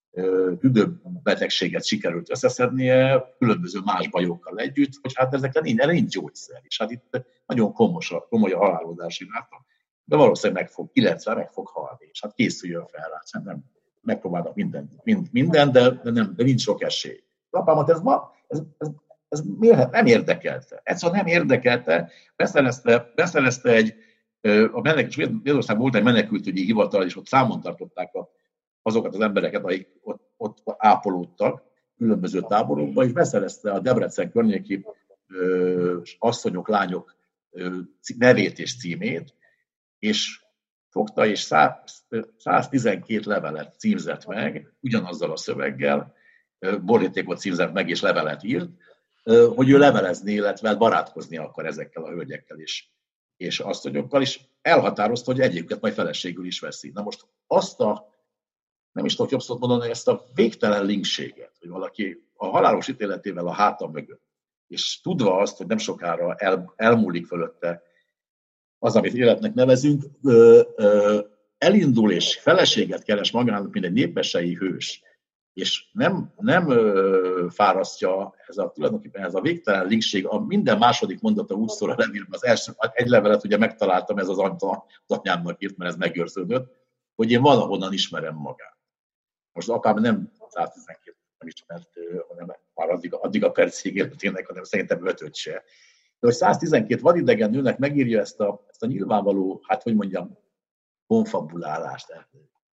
S3: tüdőbetegséget sikerült összeszednie, különböző más bajokkal együtt, hogy hát ezekre nincs, erre nincs gyógyszer. És hát itt nagyon komos a, komoly a halálozási ráta, de valószínűleg meg fog, kilencven meg fog halni, és hát készüljön fel rá, sem nem megpróbálnak minden, mind, minden de, de, nem, de nincs sok esély. Az apámat ez, ez, ez, ez nem érdekelte. Egyszerűen nem érdekelte, beszerezte, beszerezte egy, a menekült, Svédországban volt egy menekültügyi hivatal, és ott számon tartották a, azokat az embereket, akik ott, ott ápolódtak különböző táborokban, és beszerezte a Debrecen környéki ö, asszonyok, lányok ö, nevét és címét, és fogta, és száztizenkét levelet címzett meg, ugyanazzal a szöveggel, borítékot címzett meg, és levelet írt, hogy ő levelezni, illetve barátkozni akar ezekkel a hölgyekkel is, és asszonyokkal, és elhatározta, hogy egyébként majd feleségül is veszi. Na most azt a, nem is tudok jobb szót mondani, ezt a végtelen linkséget, hogy valaki a halálos ítéletével a háta mögött, és tudva azt, hogy nem sokára el, elmúlik fölötte az, amit életnek nevezünk, ö, ö, elindul és feleséget keres magának, mint egy népmesei hős, és nem, nem ö, fárasztja ez a, tulajdonképpen ez a végtelen linkség, a minden második mondata úgy szól a levélben, az első, egy levelet ugye megtaláltam, ez az, anya, az anyámnak írt, mert ez megőrződött, hogy én valahonnan ismerem magát. Most az apám nem száztizenkét nem ismert, hanem már addig, addig a percig életének, hanem szerintem ötöt se. De hogy száztizenkét vadidegen nőnek megírja ezt a, ezt a nyilvánvaló, hát hogy mondjam, konfabulálást.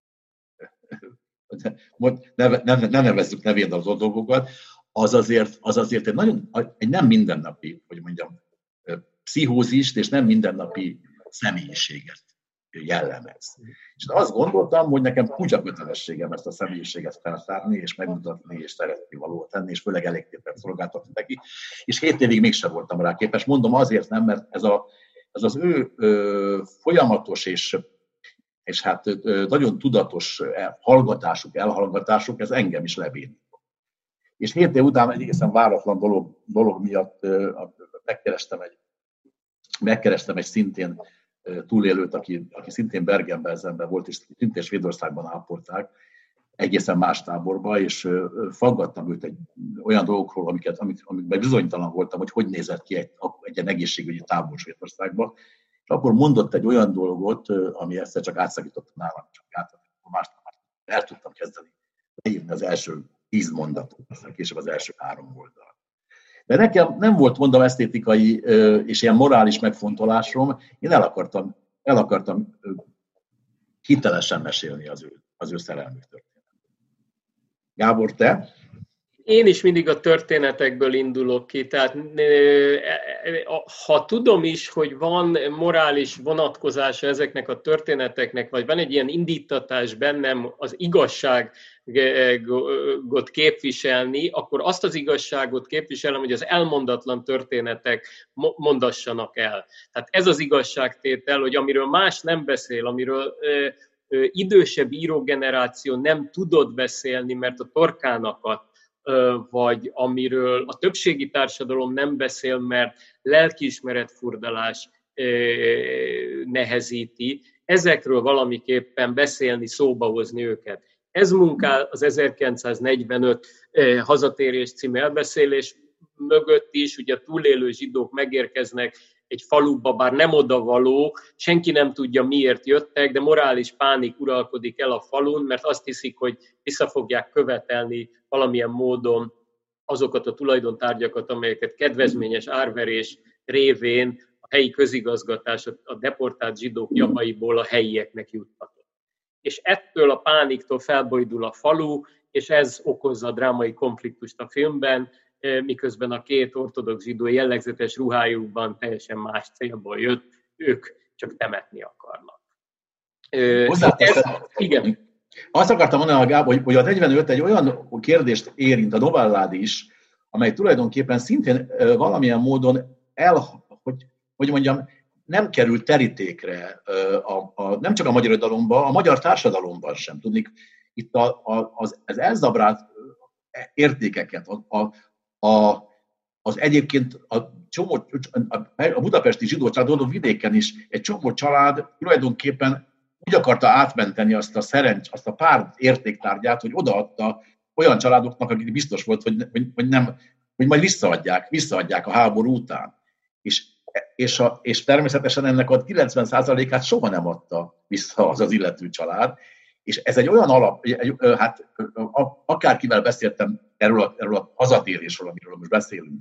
S3: Ne, ne, ne nevezzük nevén az dolgokat, az azért, az azért egy, nagyon, egy nem mindennapi, hogy mondjam, pszichózist és nem mindennapi személyiséget jellemez. És azt gondoltam, hogy nekem kutya kötelességem ezt a személyiséget feltárni, és megmutatni, és szeretni való tenni, és főleg elégtétlen szolgáltatni neki. És hét évig mégsem voltam rá képes. Mondom azért nem, mert ez, a, ez az ő ö, folyamatos és, és hát ö, nagyon tudatos hallgatásuk, elhallgatásuk, ez engem is lebénít. És hét év után egy egészen váratlan dolog, dolog miatt ö, megkerestem egy, megkerestem egy szintén túlélőt, aki, aki szintén Bergen-Belsenben volt, és szintén Svédországban ápolták, egészen más táborba, és faggattam őt egy olyan dolgokról, amiket, amik, amikben bizonytalan voltam, hogy hogy nézett ki egy, egy ilyen egészségügyi tábor Svédországban. És akkor mondott egy olyan dolgot, ami egyszer csak átszakítottam nálam, csak át, mást el tudtam kezdeni leírni az első tíz mondatot, aztán később az első három oldal. De nekem nem volt, mondom, esztétikai és ilyen morális megfontolásom, én el akartam, el akartam hitelesen mesélni az ő, az ő szerelmük történetet. Gábor, te?
S4: Én is mindig a történetekből indulok ki, tehát ha tudom is, hogy van morális vonatkozása ezeknek a történeteknek, vagy van egy ilyen indítatás bennem az igazságot képviselni, akkor azt az igazságot képviselem, hogy az elmondatlan történetek mondassanak el. Tehát ez az igazságtétel, hogy amiről más nem beszél, amiről idősebb írógeneráció nem tudott beszélni, mert a torkánakat, vagy amiről a többségi társadalom nem beszél, mert lelkiismeretfurdalás nehezíti, ezekről valamiképpen beszélni, szóba hozni őket. Ez munkál az ezerkilencszáznegyvenöt Hazatérés című elbeszélés mögött is, ugye a túlélő zsidók megérkeznek egy faluba, bár nem odavaló, senki nem tudja miért jöttek, de morális pánik uralkodik el a falun, mert azt hiszik, hogy vissza fogják követelni valamilyen módon azokat a tulajdontárgyakat, amelyeket kedvezményes árverés révén a helyi közigazgatás a deportált zsidók javaiból a helyieknek juttatott. És ettől a pániktól felbojdul a falu, és ez okozza a drámai konfliktust a filmben, miközben a két ortodox zsidó jellegzetes ruhájukban teljesen más célból jött, ők csak temetni akarnak. Ez, igen.
S3: Azt akartam mondani, Gábor, hogy a negyvenöt egy olyan kérdést érint a novellád is, amely tulajdonképpen szintén valamilyen módon el, hogy, hogy mondjam, nem került terítékre, a, a, nem csak a magyar irodalomban, a magyar társadalomban sem. Tudnik, itt a, a, az, az elzabrált értékeket, a, a, a, az egyébként a, csomó, a budapesti zsidó családon, vidéken is egy csomó család tulajdonképpen úgy akarta átmenteni azt a szerencs, azt a pár értéktárgyát, hogy odaadta olyan családoknak, akik biztos volt, hogy, hogy, hogy, nem, hogy majd visszaadják, visszaadják a háború után. És, és, a, és természetesen ennek a kilencven százalékát soha nem adta vissza az az illető család. És ez egy olyan alap, hát akárkivel beszéltem erről a, erről a hazatérésről, amiről most beszélünk,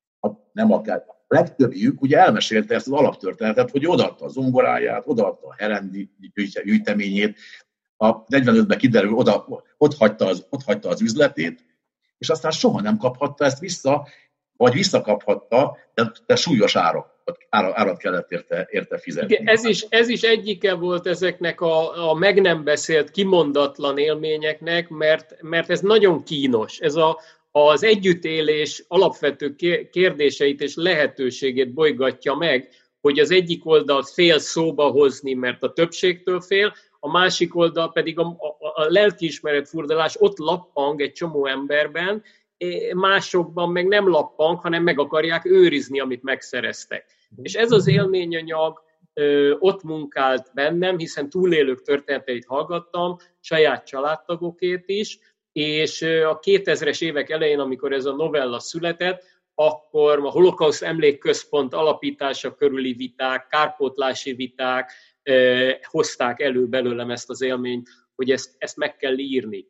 S3: nem akár, a legtöbbjük ugye elmesélte ezt az alaptörténetet, hogy odaadta a zongoráját, odaadta a herendi gyűjteményét, a negyvenötben kiderül, oda, ott, hagyta az, ott hagyta az üzletét, és aztán soha nem kaphatta ezt vissza, vagy visszakaphatta, de, de súlyos árak. árat kellett érte, érte fizetni.
S4: Igen, ez, is, ez is egyike volt ezeknek a, a meg nem beszélt, kimondatlan élményeknek, mert, mert ez nagyon kínos. Ez a, az együttélés alapvető kérdéseit és lehetőségét bolygatja meg, hogy az egyik oldal fél szóba hozni, mert a többségtől fél, a másik oldal pedig a, a, a lelkiismeretfurdalás ott lappang egy csomó emberben, másokban meg nem lappang, hanem meg akarják őrizni, amit megszereztek. És ez az élményanyag ö, ott munkált bennem, hiszen túlélők történeteit hallgattam, saját családtagokét is, és a kétezres évek elején, amikor ez a novella született, akkor a Holokauszt Emlékközpont alapítása körüli viták, kárpótlási viták ö, hozták elő belőlem ezt az élményt, hogy ezt, ezt meg kell írni.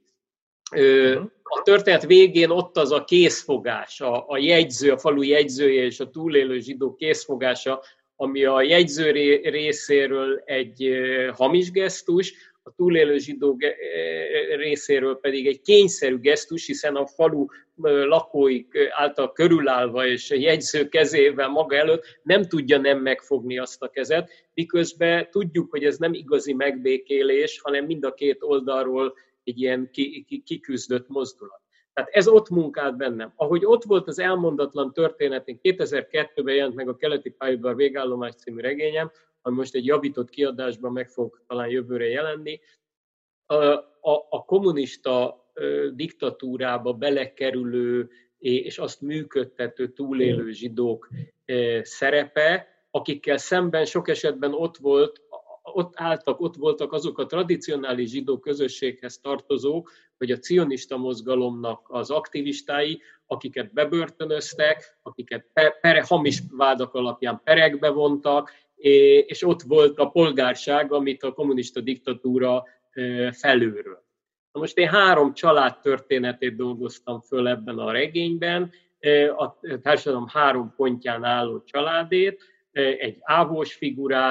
S4: A történet végén ott az a készfogás, a, a jegyző, a falu jegyzője és a túlélő zsidó készfogása, ami a jegyző részéről egy hamis gesztus, a túlélő zsidó részéről pedig egy kényszerű gesztus, hiszen a falu lakóik által körülállva és a jegyző kezével maga előtt nem tudja nem megfogni azt a kezet, miközben tudjuk, hogy ez nem igazi megbékélés, hanem mind a két oldalról egy ilyen kiküzdött mozdulat. Tehát ez ott munkált bennem. Ahogy ott volt az elmondatlan történetén, kétezer-kettőben jelent meg a Keleti pályaudvar végállomás című regényem, ami most egy javított kiadásban meg fog talán jövőre jelenni. A, a, a kommunista diktatúrába belekerülő és azt működtető túlélő zsidók szerepe, akikkel szemben sok esetben ott volt, ott álltak, ott voltak azok a tradicionális zsidó közösséghez tartozók, vagy a cionista mozgalomnak az aktivistái, akiket bebörtönöztek, akiket pere, hamis vádak alapján perekbe vontak, és ott volt a polgárság, amit a kommunista diktatúra felülről. Na most én három család történetét dolgoztam föl ebben a regényben, a társadalom három pontján álló családét, egy ávós figurát,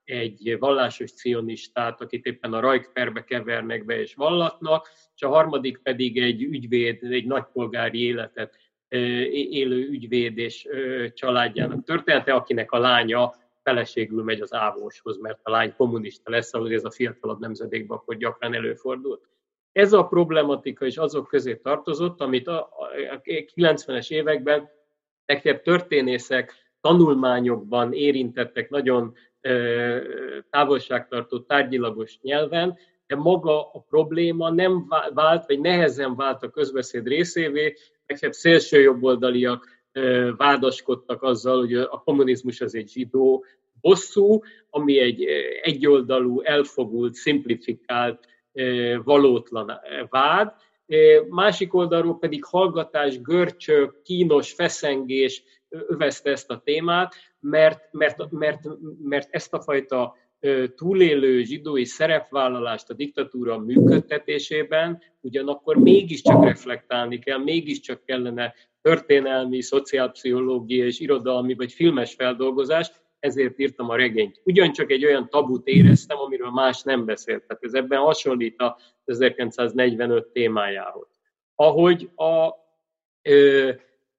S4: egy vallásos cionistát, akit éppen a Rajkperbe kevernek be és vallatnak, és a harmadik pedig egy ügyvéd, egy nagypolgári életet élő ügyvéd és családjának története, akinek a lánya feleségül megy az ávóshoz, mert a lány kommunista lesz, ahogy ez a fiatalabb nemzedékben akkor gyakran előfordult. Ez a problematika is azok közé tartozott, amit a kilencvenes években legtöbb történészek tanulmányokban érintettek nagyon távolságtartó tárgyilagos nyelven, de maga a probléma nem vált, vagy nehezen vált a közbeszéd részévé, legfeljebb szélsőjobboldaliak vádaskodtak azzal, hogy a kommunizmus az egy zsidó bosszú, ami egy egyoldalú, elfogult, szimplifikált, valótlan vád. Másik oldalról pedig hallgatás, görcsök, kínos feszengés övezte ezt a témát, mert, mert, mert, mert ezt a fajta túlélő zsidói szerepvállalást a diktatúra működtetésében ugyanakkor mégiscsak reflektálni kell, mégiscsak kellene történelmi, szociálpszichológiai és irodalmi vagy filmes feldolgozás, ezért írtam a regényt. Ugyancsak egy olyan tabut éreztem, amiről más nem beszélt. Tehát ez ebben hasonlít az ezerkilencszáznegyvenöt témájához. Ahogy a, ö,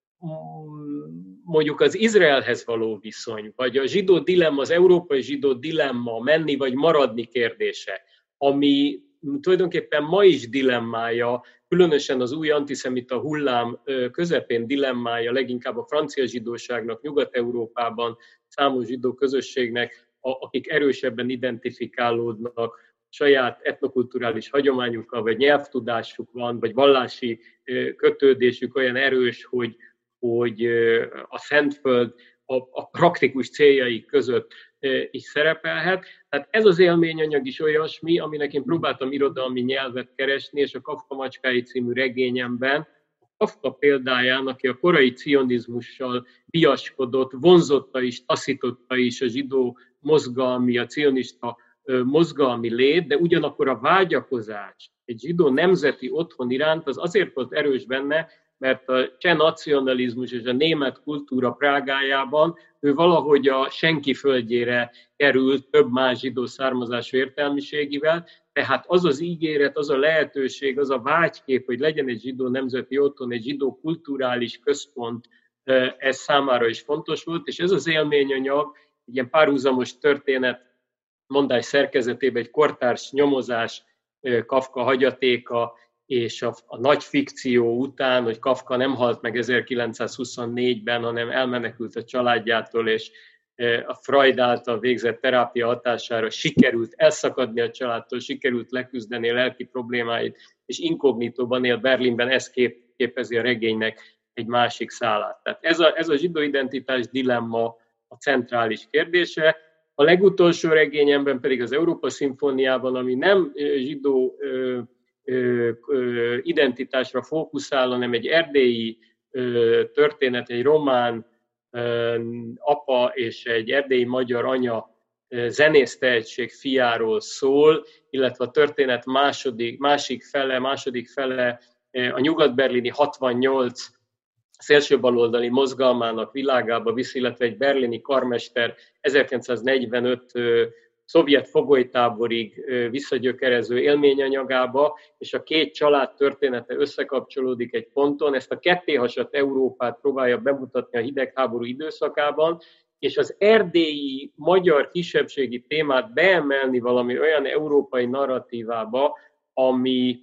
S4: mondjuk az Izraelhez való viszony, vagy a zsidó dilemma, az európai zsidó dilemma, menni vagy maradni kérdése, ami tulajdonképpen ma is dilemmája, különösen az új antiszemita hullám közepén dilemmája, leginkább a francia zsidóságnak, Nyugat-Európában számos zsidó közösségnek, akik erősebben identifikálódnak, saját etnokulturális hagyományukkal, vagy nyelvtudásuk van, vagy vallási kötődésük olyan erős, hogy, hogy a Szentföld a, a praktikus céljai között is szerepelhet. Tehát ez az élményanyag is olyasmi, aminek én próbáltam irodalmi nyelvet keresni, és a Kafka Macskái című regényemben a Kafka példáján, aki a korai cionizmussal viaskodott, vonzotta is, taszította is a zsidó mozgalmi, a cionista mozgalmi lét, de ugyanakkor a vágyakozás egy zsidó nemzeti otthon iránt az azért volt erős benne, mert a cseh nacionalizmus és a német kultúra Prágájában ő valahogy a senki földjére került több más zsidó származású értelmiségivel, tehát az az ígéret, az a lehetőség, az a vágykép, hogy legyen egy zsidó nemzeti otthon, egy zsidó kulturális központ, ez számára is fontos volt, és ez az élményanyag, egy ilyen párhuzamos történet, mondás szerkezetében egy kortárs nyomozás, Kafka hagyatéka, és a, a nagy fikció után, hogy Kafka nem halt meg ezerkilencszázhuszonnégyben, hanem elmenekült a családjától, és a Freud által végzett terápia hatására sikerült elszakadni a családtól, sikerült leküzdeni a lelki problémáit, és inkognitóban él Berlinben, ez kép, képezi a regénynek egy másik szálát. Tehát ez a, ez a zsidó identitás dilemma a centrális kérdése. A legutolsó regényemben pedig az Európa szimfóniában, ami nem zsidó ö, ö, ö, identitásra fókuszál, hanem egy erdélyi ö, történet, egy román ö, apa és egy erdélyi magyar anya ö, zenésztehetség fiáról szól, illetve a történet második, másik fele, második fele ö, a nyugat-berlini hatvannyolc szélsőbaloldali mozgalmának világába visz, illetve egy berlini karmester ezerkilencszáznegyvenöt szovjet fogolytáborig visszagyökerező élményanyagába, és a két család története összekapcsolódik egy ponton. Ezt a kettéhasadt Európát próbálja bemutatni a hidegháború időszakában, és az erdélyi magyar kisebbségi témát beemelni valami olyan európai narratívába, ami,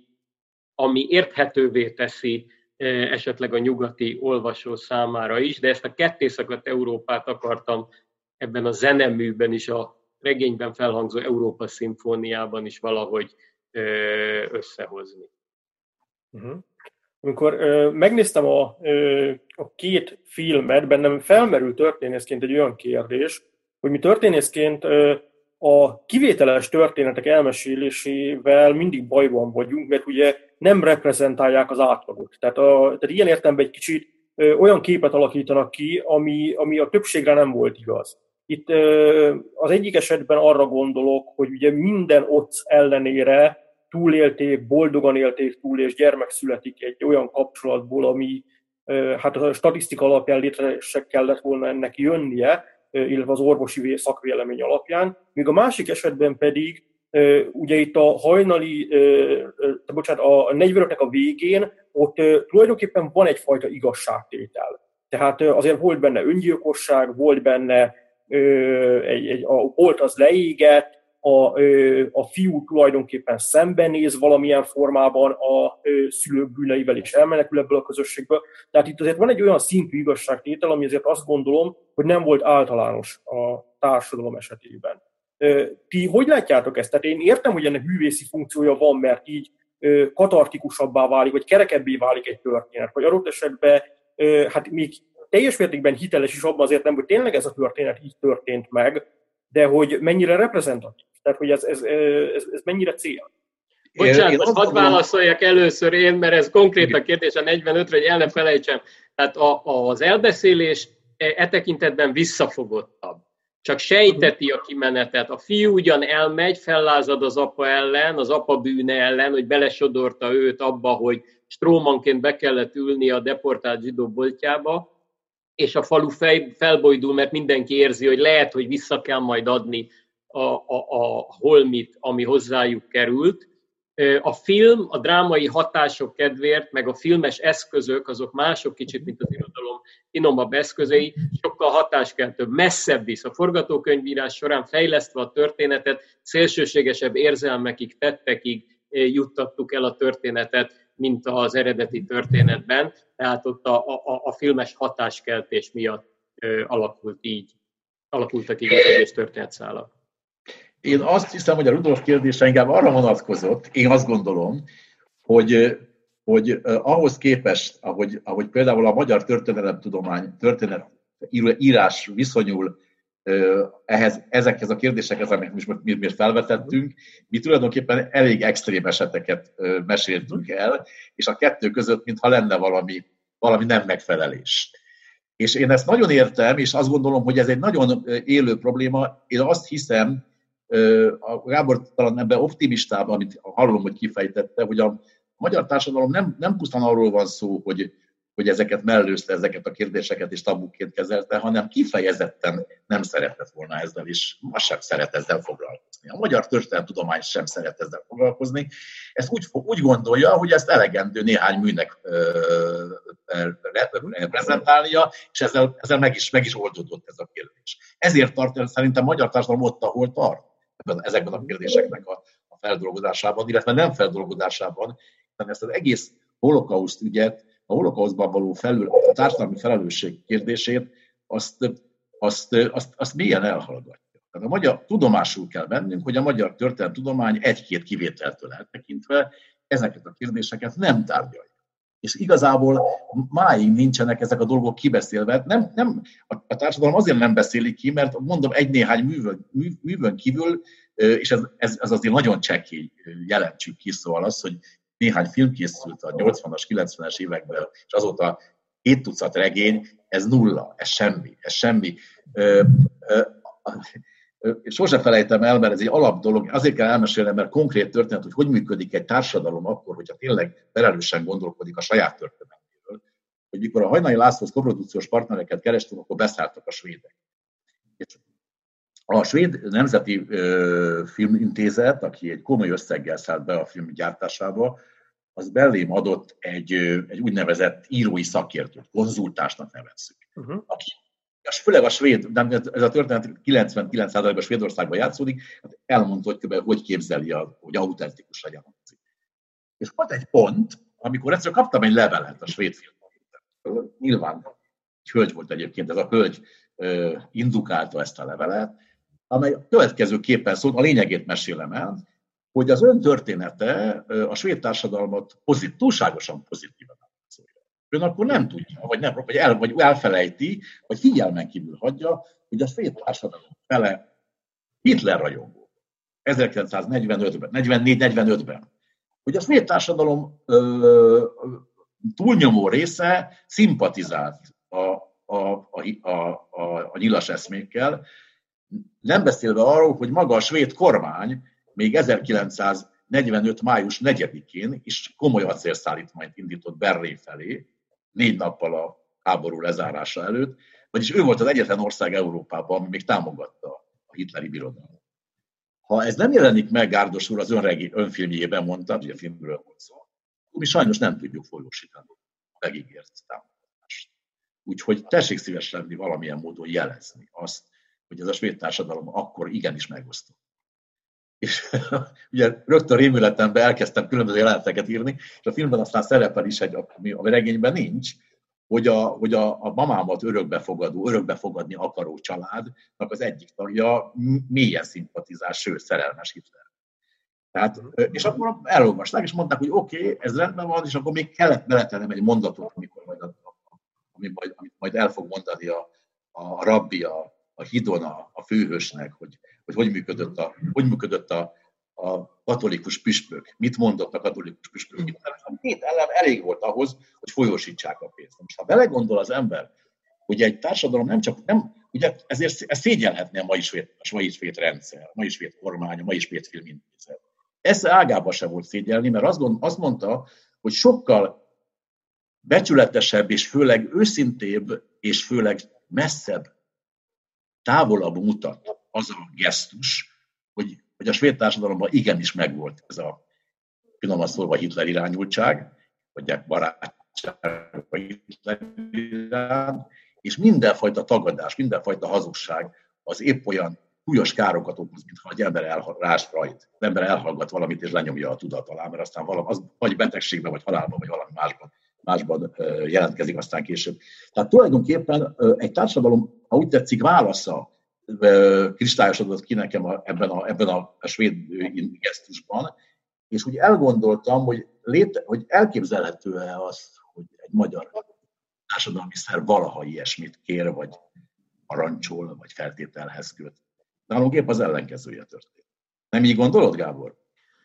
S4: ami érthetővé teszi esetleg a nyugati olvasó számára is, de ezt a kettészakadt Európát akartam ebben a zeneműben is, a regényben felhangzó Európa szimfóniában is valahogy összehozni.
S2: Uh-huh. Amikor ö, megnéztem a, ö, a két filmet, bennem felmerült történészként egy olyan kérdés, hogy mi történészként ö, a kivételes történetek elmesélésével mindig bajban vagyunk, mert ugye nem reprezentálják az átlagot. Tehát, a, tehát ilyen értelemben egy kicsit ö, olyan képet alakítanak ki, ami, ami a többségre nem volt igaz. Itt ö, az egyik esetben arra gondolok, hogy ugye minden ott ellenére túlélték, boldogan élték túl, és gyermek születik egy olyan kapcsolatból, ami ö, hát a statisztika alapján létre se kellett volna ennek jönnie, illetve az orvosi szakvélemény alapján, míg a másik esetben pedig ugye itt a hajnali, bocsánat, a negyvenötnek a végén ott tulajdonképpen van egyfajta igazságtétel. Tehát azért volt benne öngyilkosság, volt benne egy, egy, a bolt az leégett, a, a fiú tulajdonképpen szembenéz valamilyen formában a szülők bűneivel és elmenekül ebből a közösségből. Tehát itt azért van egy olyan szintű igazságtétel, ami azért azt gondolom, hogy nem volt általános a társadalom esetében. Ti hogy látjátok ezt? Tehát én értem, hogy ennek művészi funkciója van, mert így katartikusabbá válik, vagy kerekebbé válik egy történet, vagy adott esetben hát még teljes mértékben hiteles is abban azért nem, hogy tényleg ez a történet így történt meg, de hogy mennyire reprezentatív, tehát hogy ez, ez, ez, ez mennyire cél.
S4: Bocsánat, most hadd válaszoljak először én, mert ez konkrét a kérdés a negyvenötre, hogy el ne felejtsem. Tehát a, az elbeszélés e tekintetben visszafogottabb. Csak sejteti a kimenetet. A fiú ugyan elmegy, fellázad az apa ellen, az apa bűne ellen, hogy belesodorta őt abba, hogy strómanként be kellett ülni a deportált zsidó boltjába, és a falu fej, felbojdul, mert mindenki érzi, hogy lehet, hogy vissza kell majd adni a, a, a holmit, ami hozzájuk került. A film, a drámai hatások kedvéért, meg a filmes eszközök, azok mások kicsit, mint az irodalom finomabb eszközei, sokkal hatáskeltőbb, messzebb visz. A forgatókönyvírás során fejlesztve a történetet, szélsőségesebb érzelmekig, tettekig juttattuk el a történetet, mint az eredeti történetben, tehát ott a, a, a filmes hatáskeltés miatt ö, alakult így, alakultak így az egész történetszálak.
S3: Én azt hiszem, hogy a Rudolf kérdése inkább arra vonatkozott, én azt gondolom, hogy, hogy ahhoz képest, ahogy, ahogy például a magyar történelemtudomány, történetírás viszonyul ehhez, ezekhez a kérdésekhez, amiket most mi, mi felvetettünk, mi tulajdonképpen elég extrém eseteket meséltünk el, és a kettő között mintha lenne valami, valami nem megfelelés. És én ezt nagyon értem, és azt gondolom, hogy ez egy nagyon élő probléma. Én azt hiszem, a Gábor talán ebben optimistább, amit hallom, hogy kifejtette, hogy a magyar társadalom nem, nem pusztán arról van szó, hogy, hogy ezeket mellőzte, ezeket a kérdéseket és tabukként kezelte, hanem kifejezetten nem szeretett volna ezzel, és ma sem szeret ezzel foglalkozni. A magyar történelemtudomány sem szeret ezzel foglalkozni. Ezt úgy, úgy gondolja, hogy ezt elegendő néhány műnek reprezentálnia, és ezzel, ezzel meg, is, meg is oldódott ez a kérdés. Ezért tart szerintem a magyar társadalom ott, ahol tart ezekben a kérdéseknek a, a feldolgozásában, illetve nem feldolgozásában, hanem ezt az egész holokauszt ügyet, a holokausztban való felül, a társadalmi felelősség kérdését, azt, azt, azt, azt mélyen elhallgatja. Tehát a magyar, tudomásul kell vennünk, hogy a magyar történelemtudomány egy-két kivételtől eltekintve ezeket a kérdéseket nem tárgyalja. És igazából máig nincsenek ezek a dolgok kibeszélve. Nem, nem, a, a társadalom azért nem beszéli ki, mert mondom, egy-néhány művön, mű, művön kívül, és ez, ez, ez azért nagyon csekély, jelentsük ki, szóval az, hogy néhány film készült a nyolcvanas, kilencvenes években, és azóta hét tucat regény, ez nulla, ez semmi, ez semmi. Ö, ö, sose felejtem el, mert ez egy alap dolog, azért kell elmesélnem, mert konkrét történet, hogy hogy működik egy társadalom akkor, hogyha tényleg felelősen gondolkodik a saját történetéről, hogy mikor a Hajnali László koprodukciós partnereket kerestünk, akkor beszálltak a svédek. A Svéd Nemzeti Filmintézet, aki egy komoly összeggel szállt be a film gyártásába, az belém adott egy, egy úgynevezett írói szakértőt, konzultánsnak nevezzük. Uh-huh. Aki, és főleg a svéd, de ez a történet kilencvenkilenc százalékban Svédországban játszódik, elmondta, hogy kb. Hogy képzeli, a, hogy autentikus legyen. És volt egy pont, amikor egyszer kaptam egy levelet a svéd filmtől. Nyilván egy hölgy volt egyébként, ez a hölgy uh, indukálta ezt a levelet, amely a következőképpen szólt, a lényegét mesélem el, hogy az ön története a svéd társadalmat pozit, túlságosan pozitívan szólja. Ön akkor nem tudja, vagy, nem, vagy, el, vagy elfelejti, vagy figyelmen kívül hagyja, hogy a svéd társadalom fele Hitler rajongó. ezerkilencszáznegyvenötben, negyvennégy negyvenötben. Hogy a svéd társadalom ö, túlnyomó része szimpatizált a, a, a, a, a, a nyilas eszmékkel, nem beszélve arról, hogy maga a svéd kormány még ezerkilencszáznegyvenöt május negyedikén is komoly acélszállítmányt indított Berlin felé, négy nappal a háború lezárása előtt, Vagyis ő volt az egyetlen ország Európában, ami még támogatta a hitleri birodalmat. Ha ez nem jelenik meg, Gárdos úr az önregi, önfilmjében mondta, hogy a filmről volt szó, mi sajnos nem tudjuk folyósítani a megígért támogatást. Úgyhogy tessék szíves lenni valamilyen módon jelezni azt, hogy ez a svéd társadalom akkor igenis megosztott. És ugye rögtön rémületemben elkezdtem különböző jeleneteket írni, és a filmben aztán szerepel is egy, ami a regényben nincs, hogy a, hogy a, a mamámat örökbefogadó, örökbefogadni akaró családnak az egyik tagja mélyen szimpatizál, sőt, szerelmes Hitler. Tehát, és akkor elolvasták, és mondták, hogy oké, okay, ez rendben van, és akkor még kellett beletennem egy mondatot, amikor majd, ami majd, amit majd el fog mondani a, a rabbi, a, a hidon, a, a főhősnek, hogy hogy, hogy működött, a, hogy működött a, a katolikus püspök, mit mondott a katolikus püspök. A két elem elég volt ahhoz, hogy folyósítsák a pénzt. Most ha belegondol az ember, hogy egy társadalom nem csak, nem, ugye ezért ez szégyelhetné a mai svéd, a mai svéd rendszer, a mai svéd kormány, a mai svéd filmintézet. Ez ágában se volt szégyelni, mert azt, gond, azt mondta, hogy sokkal becsületesebb és főleg őszintébb és főleg messzebb, távolabb mutat az a gesztus, hogy, hogy a svéd társadalomban igenis megvolt ez a finoman szólva Hitler irányultság, vagy barátság a Hitler irány, és mindenfajta tagadás, mindenfajta hazugság az épp olyan súlyos károkat okoz, mintha egy ember elrás rajt. Az ember elhallgat valamit és lenyomja a tudat alá, mert aztán valami, az vagy betegségben, vagy halálban, vagy valami másban, másban jelentkezik aztán később. Tehát tulajdonképpen egy társadalom, ha úgy tetszik, válasza kristályosodott ki nekem a, ebben, a, ebben a, a svéd gesztusban, és úgy elgondoltam, hogy, léte, hogy elképzelhető-e az, hogy egy magyar társadalmi szerv valaha ilyesmit kér, vagy parancsol, vagy feltételhez köt. Nálunk épp az ellenkezője történt. Nem így gondolod, Gábor?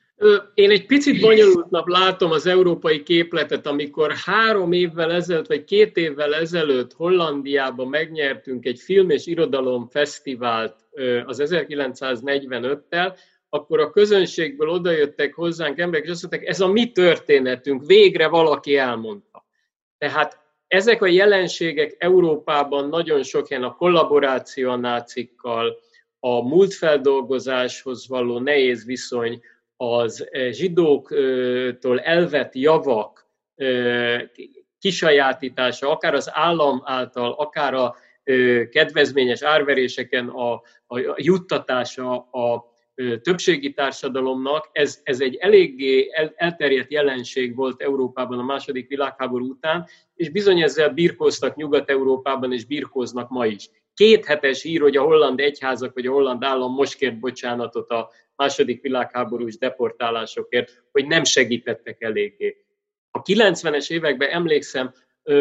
S4: Én egy picit bonyolultnak látom az európai képletet, amikor három évvel ezelőtt, vagy két évvel ezelőtt Hollandiában megnyertünk egy film- és irodalomfesztivált az ezerkilencszáznegyvenöttel, akkor a közönségből odajöttek hozzánk emberek, és azt mondták, ez a mi történetünk, végre valaki elmondta. Tehát ezek a jelenségek Európában nagyon sok helyen, a kollaboráció a nácikkal, a múltfeldolgozáshoz való nehéz viszony, az zsidóktól elvett javak kisajátítása, akár az állam által, akár a kedvezményes árveréseken a, a juttatása a többségi társadalomnak, ez, ez egy eléggé el, elterjedt jelenség volt Európában a második világháború után, és bizony ezzel birkóztak Nyugat-Európában, és birkóznak ma is. Két hetes hír, hogy a holland egyházak, vagy a holland állam most kért bocsánatot a második világháborús deportálásokért, hogy nem segítettek eléggé. A kilencvenes években emlékszem,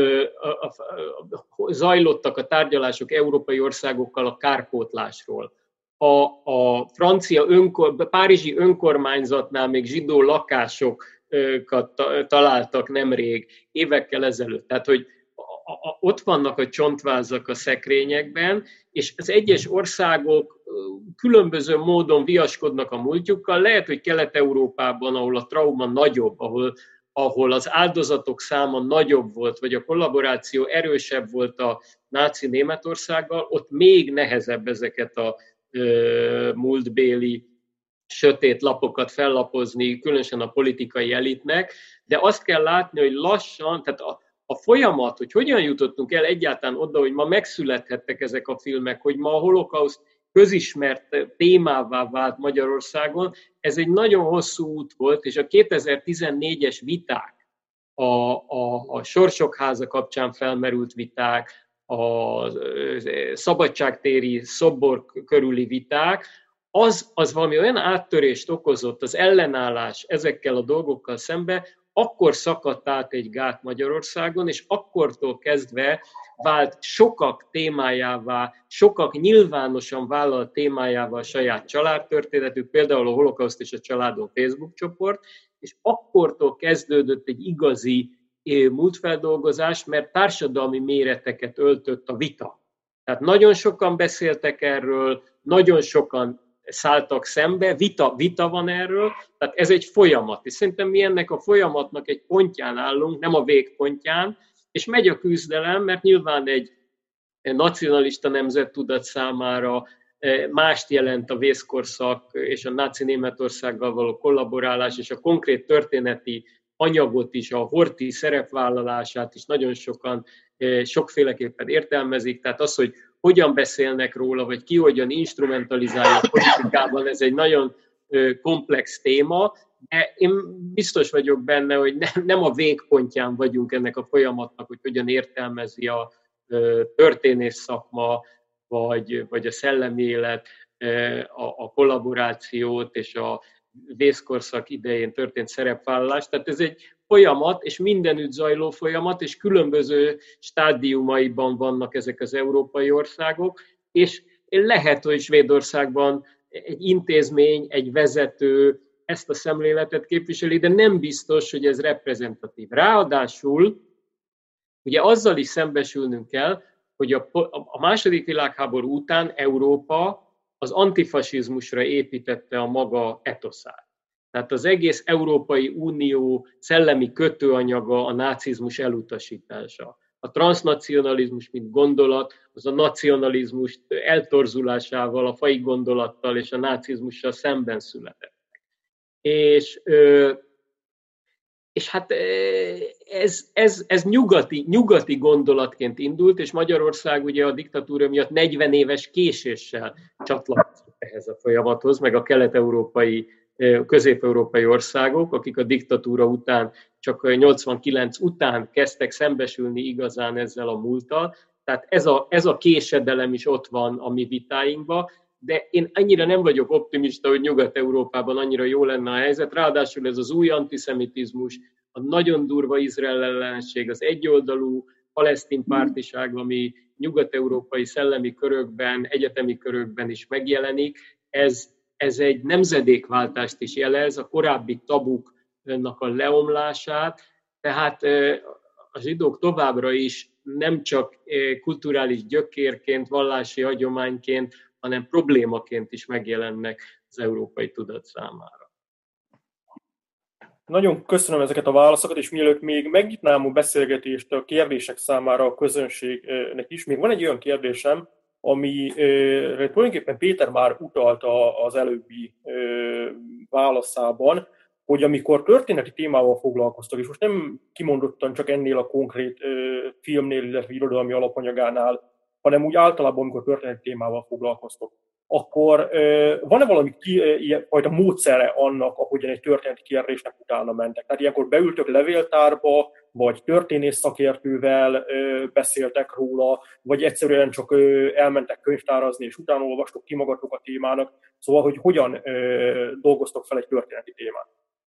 S4: zajlottak a tárgyalások európai országokkal a kárpótlásról. A, a francia önkor, párizsi önkormányzatnál még zsidó lakásokat találtak nemrég, évekkel ezelőtt. Tehát, hogy a, a, ott vannak a csontvázak a szekrényekben, és az egyes országok különböző módon viaskodnak a múltjukkal. Lehet, hogy Kelet-Európában, ahol a trauma nagyobb, ahol, ahol az áldozatok száma nagyobb volt, vagy a kollaboráció erősebb volt a náci Németországgal, ott még nehezebb ezeket a ö, múltbéli sötét lapokat fellapozni, különösen a politikai elitnek, de azt kell látni, hogy lassan, tehát a, a folyamat, hogy hogyan jutottunk el egyáltalán oda, hogy ma megszülethettek ezek a filmek, hogy ma a holokauszt közismert témává vált Magyarországon, ez egy nagyon hosszú út volt, és a kétezer-tizennégyes viták, a, a, a Sorsokháza kapcsán felmerült viták, a szabadságtéri szobor körüli viták, az, az valami olyan áttörést okozott az ellenállás ezekkel a dolgokkal szembe, akkor szakadt át egy gát Magyarországon, és akkortól kezdve vált sokak témájává, sokak nyilvánosan vállalt témájává a saját családtörténetük, például a Holokauszt és a családon Facebook csoport, és akkortól kezdődött egy igazi múltfeldolgozás, mert társadalmi méreteket öltött a vita. Tehát nagyon sokan beszéltek erről, nagyon sokan szálltak szembe, vita, vita van erről, tehát ez egy folyamat. És szerintem mi ennek a folyamatnak egy pontján állunk, nem a végpontján, és megy a küzdelem, mert nyilván egy nacionalista nemzettudat számára mást jelent a vészkorszak és a náci Németországgal való kollaborálás, és a konkrét történeti anyagot is, a Horthy szerepvállalását is nagyon sokan sokféleképpen értelmezik. Tehát az, hogy hogyan beszélnek róla, vagy ki hogyan instrumentalizálja a politikában, ez egy nagyon komplex téma, de én biztos vagyok benne, hogy nem a végpontján vagyunk ennek a folyamatnak, hogy hogyan értelmezi a történész szakma, vagy, vagy a szellemi élet a, a kollaborációt és a vészkorszak idején történt szerepvállalást. Tehát ez egy folyamat, és mindenütt zajló folyamat, és különböző stádiumaiban vannak ezek az európai országok, és lehet, hogy Svédországban egy intézmény, egy vezető ezt a szemléletet képviseli, de nem biztos, hogy ez reprezentatív. Ráadásul ugye azzal is szembesülnünk kell, hogy a, a második világháború után Európa az antifasizmusra építette a maga etoszát. Tehát az egész Európai Unió szellemi kötőanyaga a nácizmus elutasítása. A transnacionalizmus, mint gondolat, az a nacionalizmus eltorzulásával, a faji gondolattal és a nácizmussal szemben született. És, és hát ez, ez, ez nyugati, nyugati gondolatként indult, és Magyarország ugye a diktatúra miatt negyven éves késéssel csatlakozott ehhez a folyamathoz, meg a kelet-európai, közép-európai országok, akik a diktatúra után, csak nyolcvankilenc után kezdtek szembesülni igazán ezzel a múlttal. Tehát ez a, ez a késedelem is ott van a mi vitáinkban, de én annyira nem vagyok optimista, hogy Nyugat-Európában annyira jó lenne a helyzet. Ráadásul ez az új antiszemitizmus, a nagyon durva Izrael ellenség, az egyoldalú palesztin pártiság, ami nyugat-európai szellemi körökben, egyetemi körökben is megjelenik, ez, ez egy nemzedékváltást is jelez, a korábbi tabuknak a leomlását, tehát a zsidók továbbra is nem csak kulturális gyökérként, vallási hagyományként, hanem problémaként is megjelennek az európai tudat számára.
S2: Nagyon köszönöm ezeket a válaszokat, és mielőtt még megnyitnám a beszélgetést a kérdések számára a közönségnek is, még van egy olyan kérdésem, ami tulajdonképpen Péter már utalt az előbbi válaszában, hogy amikor történeti témával foglalkoztak, és most nem kimondottan csak ennél a konkrét filmnél, illetve irodalmi alapanyagánál, hanem úgy általában, amikor történeti témával foglalkoztok, akkor van-e valami fajta módszere annak, ahogyan egy történeti kérdésnek utána mentek? Tehát ilyenkor beültök levéltárba, vagy történész szakértővel beszéltek róla, vagy egyszerűen csak elmentek könyvtárazni, és utána olvastok ki magatok a témának. Szóval, hogy hogyan dolgoztok fel egy történeti témát?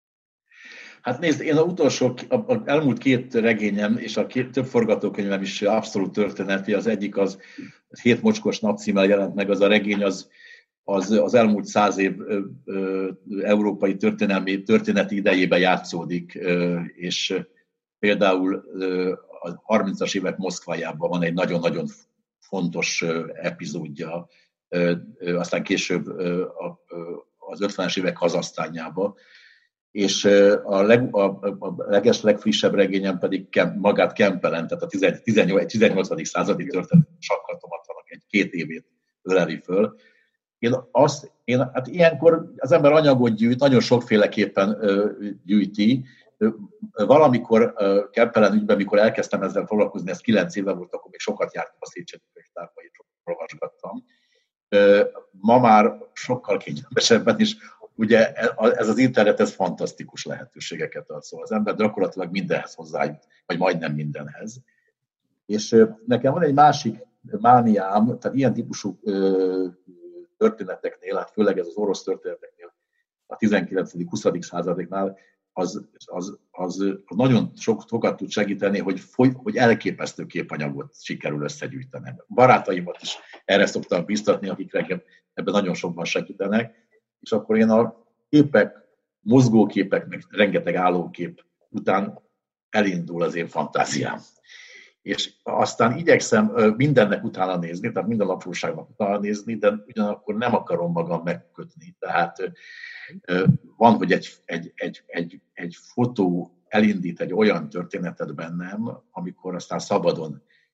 S3: Hát nézd, én az utolsó, az elmúlt két regényem, és a két, több forgatókönyvem is abszolút történeti. Az egyik az, az Hét mocskos nap címmel jelent meg, az a regény, az, az, az elmúlt száz év ö, ö, európai történelmi, történeti idejében játszódik, ö, és például ö, a harmincas évek Moszkvájában van egy nagyon-nagyon fontos ö, epizódja, ö, ö, aztán később ö, a, ö, az ötvenes évek Kazahsztánjában. És a, leg, a, a leges, legfrissebb regényem pedig Kem, magát Kempelen, tehát a tizennyolcadik századi történelmi sakkatomatlanak egy két évét öleli föl. Én azt, én, hát ilyenkor az ember anyagot gyűjt, nagyon sokféleképpen ö, gyűjti. Valamikor ö, Kempelen ügyben, mikor elkezdtem ezzel foglalkozni, ez kilenc éve volt, akkor még sokat jártam a Széchenyi könyvtárba, és sokat olvasgattam. Ö, ma már sokkal kényelmesebben is. Ugye ez az internet, ez fantasztikus lehetőségeket ad, szóval az ember gyakorlatilag mindenhez hozzájut, vagy majdnem mindenhez. És nekem van egy másik mániám, tehát ilyen típusú történeteknél, hát főleg ez az orosz történeteknél, a tizenkilencedik-huszadik századiknál, az, az, az nagyon sokat tud segíteni, hogy, hogy elképesztő képanyagot sikerül összegyűjtenem. Barátaimat is erre szoktam biztatni, akik ebben nagyon sokban segítenek, és akkor én a képek, mozgóképek, meg rengeteg állókép után elindul az én fantáziám. És aztán igyekszem mindennek utána nézni, tehát minden apróságnak utána nézni, de ugyanakkor nem akarom magam megkötni. Tehát van, hogy egy, egy, egy, egy, egy fotó elindít egy olyan történetet bennem, amikor aztán szabadon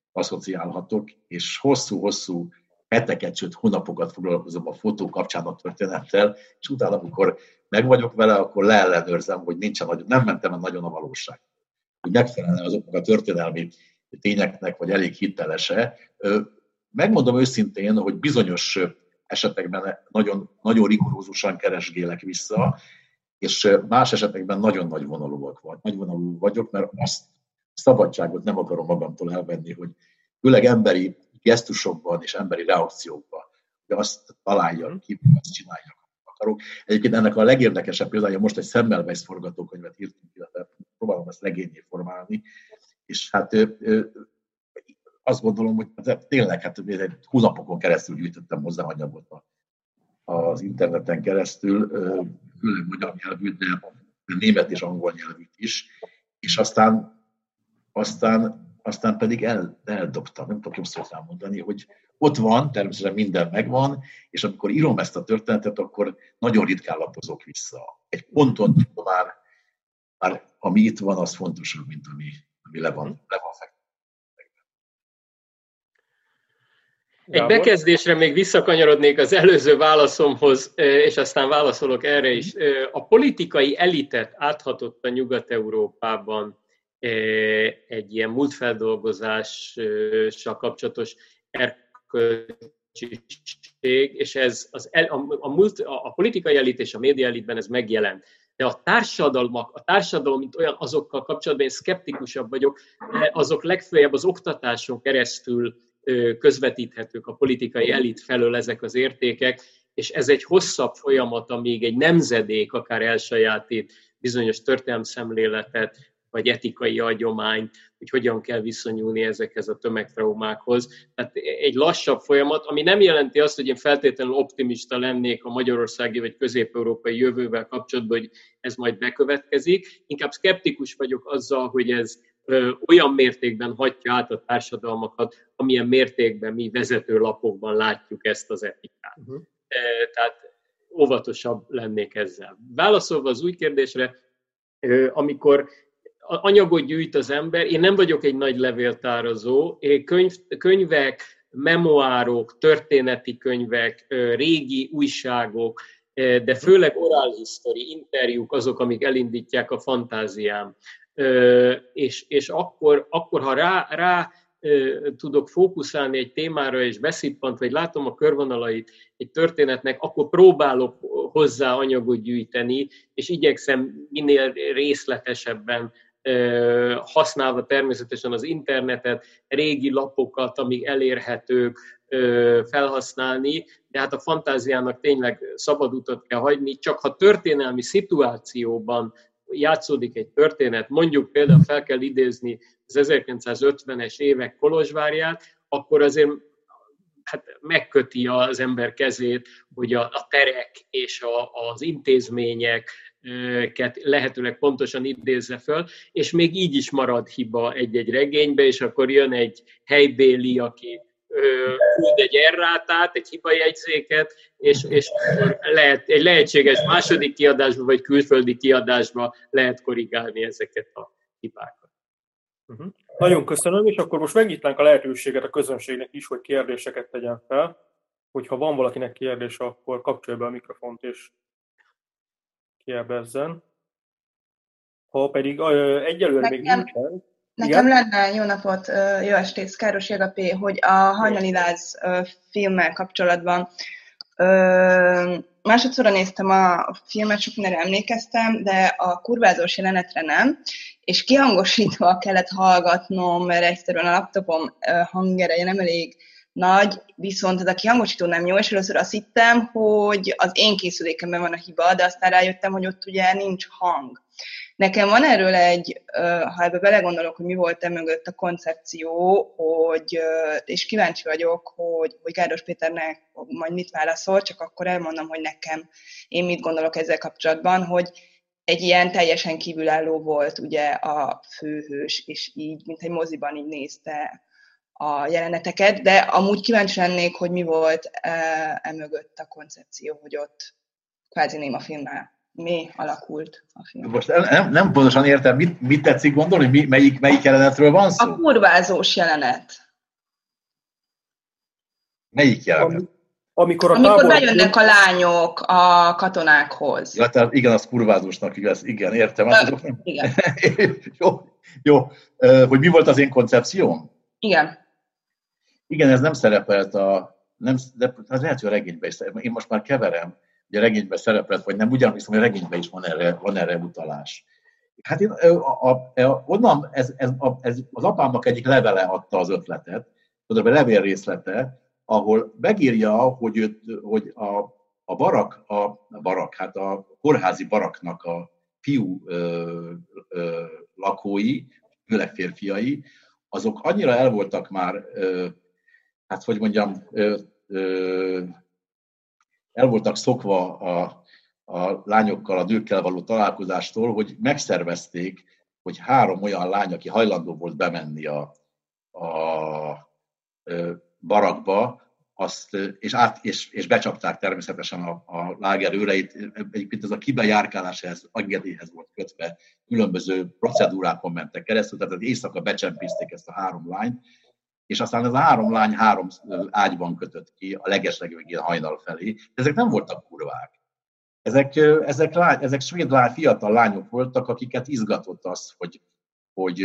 S3: asszociálhatok, és hosszú-hosszú heteket, sőt hónapokat foglalkozom a fotó kapcsán a történettel, és utána, amikor meg vagyok vele, akkor leellenőrzem, hogy nincsen nagyon, nem mentem el nagyon a valóság. Hogy megfelelne azoknak a történelmi tényeknek, vagy elég hiteles-e. Megmondom őszintén, hogy bizonyos esetekben nagyon, nagyon rigorózusan keresgélek vissza, és más esetekben nagyon nagy vonalúak vagy, nagy vonalú vagyok, mert azt szabadságot nem akarom magamtól elvenni, hogy főleg emberi gesztusokban és emberi reakciókban, hogy azt találjak ki, azt csináljak, akarok. Egyébként ennek a legérdekesebb példája, most egy Semmelweis forgatókönyvet írtunk, illetve próbálom ezt legényé formálni, és hát azt gondolom, hogy tényleg hát hónapokon keresztül gyűjtöttem hozzá anyagot az interneten keresztül, főleg magyar nyelvűt, de német és angol nyelvűt is, és aztán, aztán, aztán pedig el, eldobtam, nem tudok jobb szót elmondani, hogy ott van, természetesen minden megvan, és amikor írom ezt a történetet, akkor nagyon ritkán lapozok vissza. Egy ponton már, már ami itt van, az fontosabb, mint ami, ami le van, le van fektetve.
S4: Egy bekezdésre még visszakanyarodnék az előző válaszomhoz, és aztán válaszolok erre is. A politikai elitet áthatotta Nyugat-Európában egy ilyen múltfeldolgozással kapcsolatos erkölcsiség, és ez az el, a, a, múlt, a politikai elit és a média elitben ez megjelent. De a társadalmak, a társadalom, mint olyan, azokkal kapcsolatban én szkeptikusabb vagyok, azok legfeljebb az oktatáson keresztül közvetíthetők a politikai elit felől ezek az értékek, és ez egy hosszabb folyamat, amíg egy nemzedék akár elsajátít bizonyos történelemszemléletet, vagy etikai hagyományt, hogy hogyan kell viszonyulni ezekhez a tömegtraumákhoz. Tehát egy lassabb folyamat, ami nem jelenti azt, hogy én feltétlenül optimista lennék a magyarországi vagy közép-európai jövővel kapcsolatban, hogy ez majd bekövetkezik. Inkább szkeptikus vagyok azzal, hogy ez ö, olyan mértékben hatja át a társadalmakat, amilyen mértékben mi vezetőlapokban látjuk ezt az etikát. Uh-huh. E, tehát óvatosabb lennék ezzel. Válaszolva az új kérdésre, ö, amikor anyagot gyűjt az ember, én nem vagyok egy nagy levéltározó, könyv, könyvek, memoárok, történeti könyvek, régi újságok, de főleg oral history, interjúk azok, amik elindítják a fantáziám. És, és akkor, akkor, ha rá, rá tudok fókuszálni egy témára, és beszippant, vagy látom a körvonalait egy történetnek, akkor próbálok hozzá anyagot gyűjteni, és igyekszem minél részletesebben használva természetesen az internetet, régi lapokat, amik elérhetők, felhasználni, de hát a fantáziának tényleg szabad utat kell hagyni, csak ha történelmi szituációban játszódik egy történet, mondjuk például fel kell idézni az ezerkilencszázötvenes évek Kolozsvárját, akkor azért hát megköti az ember kezét, hogy a, a terek és a, az intézmények lehetőleg pontosan idézze föl, és még így is marad hiba egy-egy regénybe, és akkor jön egy helybéli, aki küld egy errátát, egy hibajegyzéket, és, és akkor lehet, egy lehetséges második kiadásba, vagy külföldi kiadásba lehet korrigálni ezeket a hibákat.
S2: Uh-huh. Nagyon köszönöm, és akkor most megnyitnánk a lehetőséget a közönségnek is, hogy kérdéseket tegyen fel. Hogyha van valakinek kérdése, akkor kapcsolja be a mikrofont, és kérdezzen. Ha pedig uh, egyelőre még nincsen...
S5: Nekem igen? lenne, jó napot, jó estét, Káros Jegapé, hogy a Hajnali Láz filmmel kapcsolatban másodszorra néztem a filmet, sok mindenre emlékeztem, de a kurvázós jelenetre nem, és kihangosítva kellett hallgatnom, mert egyszerűen a laptopom hangereje nem elég nagy, viszont ez a kihangosító nem jó, és először azt hittem, hogy az én készülékemben van a hiba, de aztán rájöttem, hogy ott ugye nincs hang. Nekem van erről egy, ha ebbe belegondolok, hogy mi volt e mögött a koncepció, hogy, és kíváncsi vagyok, hogy, hogy Káros Péternek majd mit válaszol, csak akkor elmondom, hogy nekem, én mit gondolok ezzel kapcsolatban, hogy egy ilyen teljesen kívülálló volt ugye a főhős, és így, mint egy moziban így nézte a jeleneteket, de amúgy kíváncsi lennék, hogy mi volt e, e mögött a koncepció, hogy ott kvázi néma filmmel mi alakult a film.
S3: Most nem, nem pontosan értem, mit, mit tetszik gondolni, mi, melyik, melyik jelenetről van szó?
S5: A kurvázós jelenet.
S3: Melyik jelenet?
S2: Am, amikor a
S5: amikor
S2: tábor...
S5: bejönnek a lányok a katonákhoz.
S3: Ja, tehát igen, az kurvázósnak igaz, igen, értem. Hát azok nem...
S5: Igen.
S3: jó, jó. Hogy mi volt az én koncepcióm?
S5: Igen.
S3: Igen, ez nem szerepelt a... Nem, de az lehet, hogy a regényben is szerepelt. Én most már keverem, hogy a regényben szerepelt, vagy nem, ugyanis hogy a regényben is van erre, van erre utalás. Hát én, a, a, a, onnan ez, ez, a, ez az apámnak egyik levele adta az ötletet, tudod, a levél részlete, ahol megírja, hogy, őt, hogy a, a barak, a, a barak, hát a kórházi baraknak a fiú ö, ö, lakói, főleg férfiai, azok annyira el voltak már, ö, hát hogy mondjam, ö, ö, el voltak szokva a, a lányokkal, a nőkkel való találkozástól, hogy megszervezték, hogy három olyan lány, aki hajlandó volt bemenni a, a ö, barakba, azt, és, át, és, és becsapták természetesen a, a láger őreit. Egyébként ez a kibejárkálás ehhez, engedélyhez volt kötve, különböző procedúrákon mentek keresztül, tehát az éjszaka becsempészték ezt a három lányt, és aztán ez a három lány három ágyban kötött ki a legeslegvégén hajnal felé. Ezek nem voltak kurvák. Ezek, ezek, lány, ezek svéd lány, fiatal lányok voltak, akiket izgatott az, hogy, hogy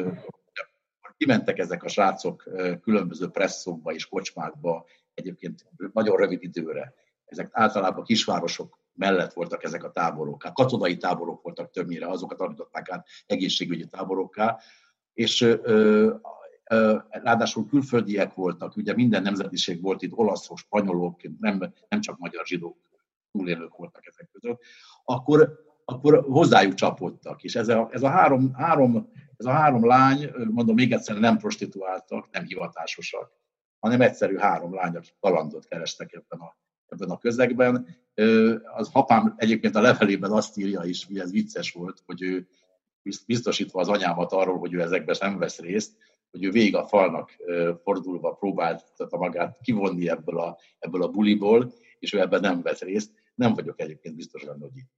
S3: kimentek ezek a srácok különböző presszokba és kocsmákba, egyébként nagyon rövid időre. Ezek általában kisvárosok mellett voltak ezek a táborok. Hát katonai táborok voltak többnyire, azokat alapították át egészségügyi táborokká, és ö, ö, ráadásul külföldiek voltak, ugye minden nemzetiség volt itt, olaszok, spanyolok, nem, nem csak magyar zsidók, túlélők voltak ezek között, akkor, akkor hozzájuk csapódtak. És ez a, ez a három, három Ez a három lány, mondom még egyszer, nem prostituáltak, nem hivatásosak, hanem egyszerű három lány, akik kalandot kerestek ebben a, ebben a közegben. Az apám egyébként a levelében azt írja is, hogy ez vicces volt, hogy ő biztosítva az anyámat arról, hogy ő ezekben nem vesz részt, hogy ő végig a falnak fordulva próbálta magát kivonni ebből a, ebből a buliból, és ő ebben nem vesz részt. Nem vagyok egyébként biztos benne, hogy itt.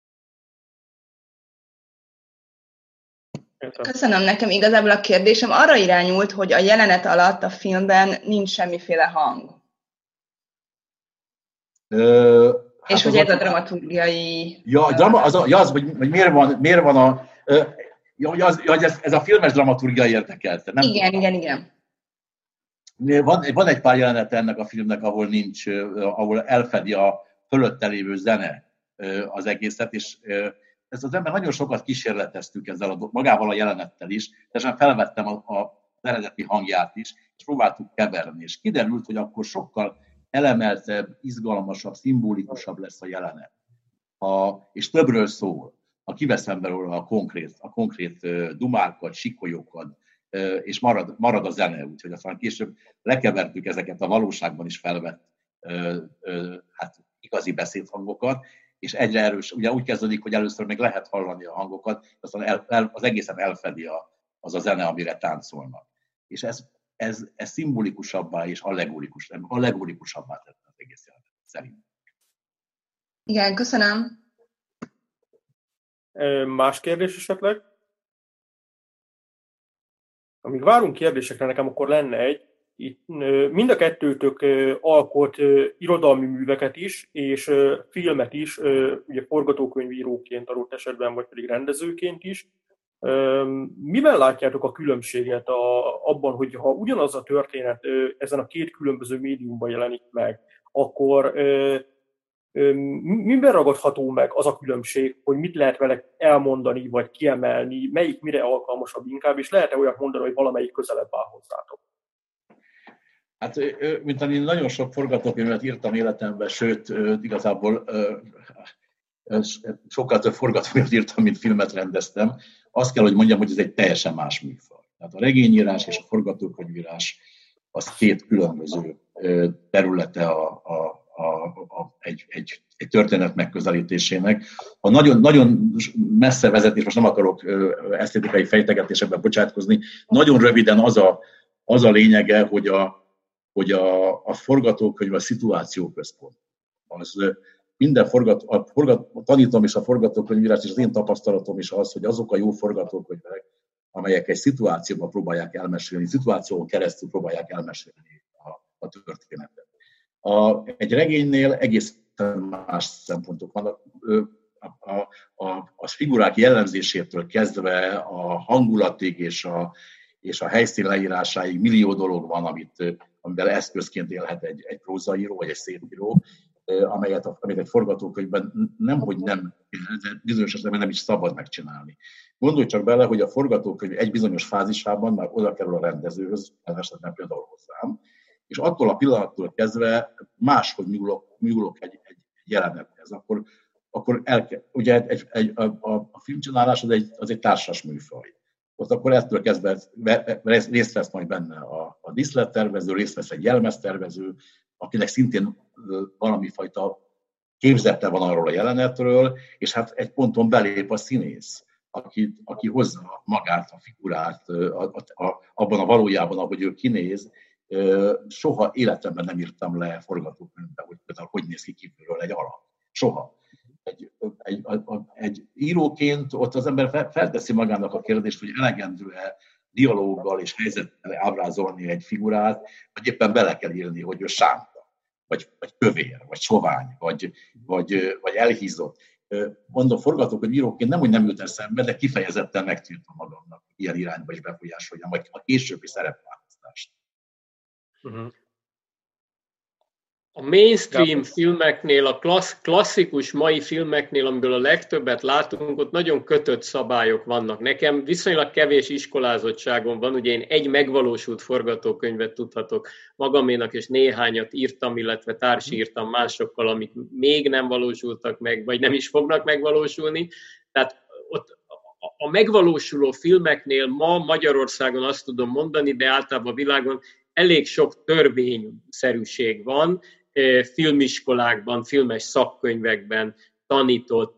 S5: Köszönöm, nekem igazából a kérdésem arra irányult, hogy a jelenet alatt a filmben nincs semmiféle hang.
S3: Ö, hát
S5: és hogy ez a dramaturgiai...
S3: Ja, drama, az, a, ja, az hogy, hogy miért van, miért van a... Ja, az, ja, ez, ez a filmes dramaturgia érdekelte, nem?
S5: Igen, tudom. igen, igen.
S3: Van, van egy pár jelenete ennek a filmnek, ahol nincs, ahol elfedi a fölötte lévő zene az egészet, és ezt az ember nagyon sokat kísérleteztük ezzel a, magával a jelenettel is, teljesen felvettem a, a, az eredeti hangját is, és próbáltuk keverni, és kiderült, hogy akkor sokkal elemeltebb, izgalmasabb, szimbolikusabb lesz a jelenet. A, és többről szól. Ha kiveszem belőle a konkrét, a konkrét uh, dumákat, sikolyokat, uh, és marad, marad a zene, úgyhogy aztán később lekevertük ezeket a valóságban is felvett uh, uh, hát igazi beszédhangokat, és egyre erős, ugye úgy kezdődik, hogy először még lehet hallani a hangokat, aztán el, el, az egészen elfedi a, az a zene, amire táncolnak. És ez, ez, ez szimbolikusabbá és allegorikus, allegorikusabbá tette az egész jelenet, szerint.
S5: Igen, köszönöm.
S2: Más kérdés esetleg? Amíg várunk kérdésekre, nekem akkor lenne egy. Itt mind a kettőtök alkot irodalmi műveket is, és filmet is, ugye forgatókönyvíróként adott esetben, vagy pedig rendezőként is. Miben látjátok a különbséget abban, hogy ha ugyanaz a történet ezen a két különböző médiumban jelenik meg, akkor miben ragadható meg az a különbség, hogy mit lehet vele elmondani, vagy kiemelni, melyik mire alkalmasabb inkább, és lehet-e olyat mondani, hogy valamelyik közelebb áll hozzátok?
S3: Hát, mint én nagyon sok forgatókönyvet írtam életemben, sőt, igazából sokkal több forgatókönyvet írtam, mint filmet rendeztem. Azt kell, hogy mondjam, hogy ez egy teljesen más műfaj. Tehát a regényírás és a forgatókönyvírás az két különböző területe a, a, a, a, egy, egy, egy történet megközelítésének. A nagyon, nagyon messze vezetés, most nem akarok esztétikai fejtegetésekbe bocsátkozni, nagyon röviden az a, az a lényege, hogy a hogy a, a forgatókönyv a szituációközpont. Az minden forgat, a forgat, tanítom is a forgatókönyvírást, és az én tapasztalatom is az, hogy azok a jó forgatókönyvek, amelyek egy szituációban próbálják elmesélni, szituáción keresztül próbálják elmesélni a, a történetet. A, egy regénynél egészen más szempontok vannak. A, a, a, a figurák jellemzésétől kezdve a hangulatig és a, és a helyszín leírásáig millió dolog van, amit, amivel eszközként élhet egy, egy prózaíró vagy egy szépíró, amelyet, amelyet egy forgatókönyvben nemhogy nem, de bizonyos esetben nem is szabad megcsinálni. Gondolj csak bele, hogy a forgatókönyv egy bizonyos fázisában már oda kerül a rendezőhöz, ez esetben például hozzám, és attól a pillanattól kezdve máshogy nyúlok, nyúlok egy, egy jelenethez. Akkor, akkor el kell, ugye egy, egy, a, a, a filmcsinálás az egy, az egy társas műfaj. Ott akkor ettől kezdve részt vesz majd benne a, a díszlettervező, részt vesz egy jelmeztervező, akinek szintén valami fajta képzete van arról a jelenetről, és hát egy ponton belép a színész, aki, aki hozza magát, a figurát a, a, a, abban a valójában, ahogy ő kinéz. Soha életemben nem írtam le forgatókönyvbe, hogy például hogy néz ki kívülről egy alak. Soha. Egy, egy, egy íróként ott az ember felteszi magának a kérdést, hogy elegendő-e dialóggal és helyzettel ábrázolni egy figurát, vagy éppen bele kell írni, hogy ő sánta, vagy, vagy kövér, vagy sovány, vagy, vagy, vagy elhízott. Mondom, forgatók, hogy íróként nem, hogy nem ült eszembe, de kifejezetten megtiltom magamnak, hogy ilyen irányba is befolyásoljam, vagy a későbbi szerepválasztást.
S4: Uh-huh. A mainstream filmeknél, a klassz, klasszikus mai filmeknél, amiből a legtöbbet látunk, ott nagyon kötött szabályok vannak. Nekem viszonylag kevés iskolázottságom van, ugye én egy megvalósult forgatókönyvet tudhatok magaménak, és néhányat írtam, illetve társírtam másokkal, amik még nem valósultak meg, vagy nem is fognak megvalósulni. Tehát ott a megvalósuló filmeknél ma Magyarországon azt tudom mondani, de általában a világon elég sok törvényszerűség van, filmiskolákban, filmes szakkönyvekben tanított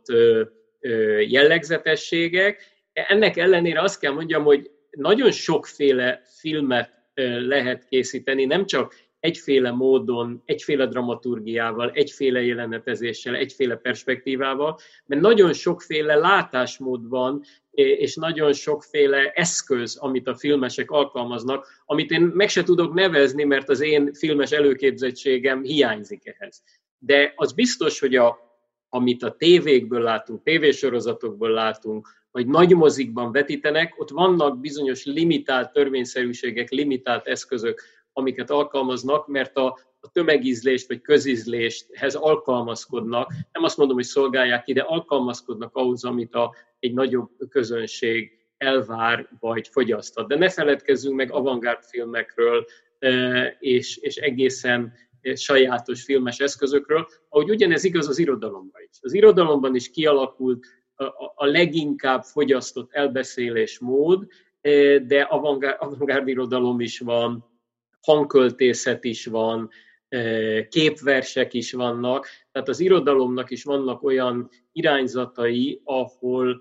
S4: jellegzetességek. Ennek ellenére azt kell mondjam, hogy nagyon sokféle filmet lehet készíteni, nem csak egyféle módon, egyféle dramaturgiával, egyféle jelenetezéssel, egyféle perspektívával, mert nagyon sokféle látásmód van, és nagyon sokféle eszköz, amit a filmesek alkalmaznak, amit én meg se tudok nevezni, mert az én filmes előképzettségem hiányzik ehhez. De az biztos, hogy a, amit a tévékből látunk, tévésorozatokból látunk, vagy nagymozikban vetítenek, ott vannak bizonyos limitált törvényszerűségek, limitált eszközök, amiket alkalmaznak, mert a, a tömegízlést vagy közízléshez alkalmazkodnak. Nem azt mondom, hogy szolgálják ki, de alkalmazkodnak ahhoz, amit a, egy nagyobb közönség elvár vagy fogyasztat. De ne feledkezzünk meg avantgárd filmekről és, és egészen sajátos filmes eszközökről, ahogy ugyanez igaz az irodalomban is. Az irodalomban is kialakult a, a leginkább fogyasztott elbeszélésmód, de avantgárd, avantgárd irodalom is van, hangköltészet is van, képversek is vannak, tehát az irodalomnak is vannak olyan irányzatai, ahol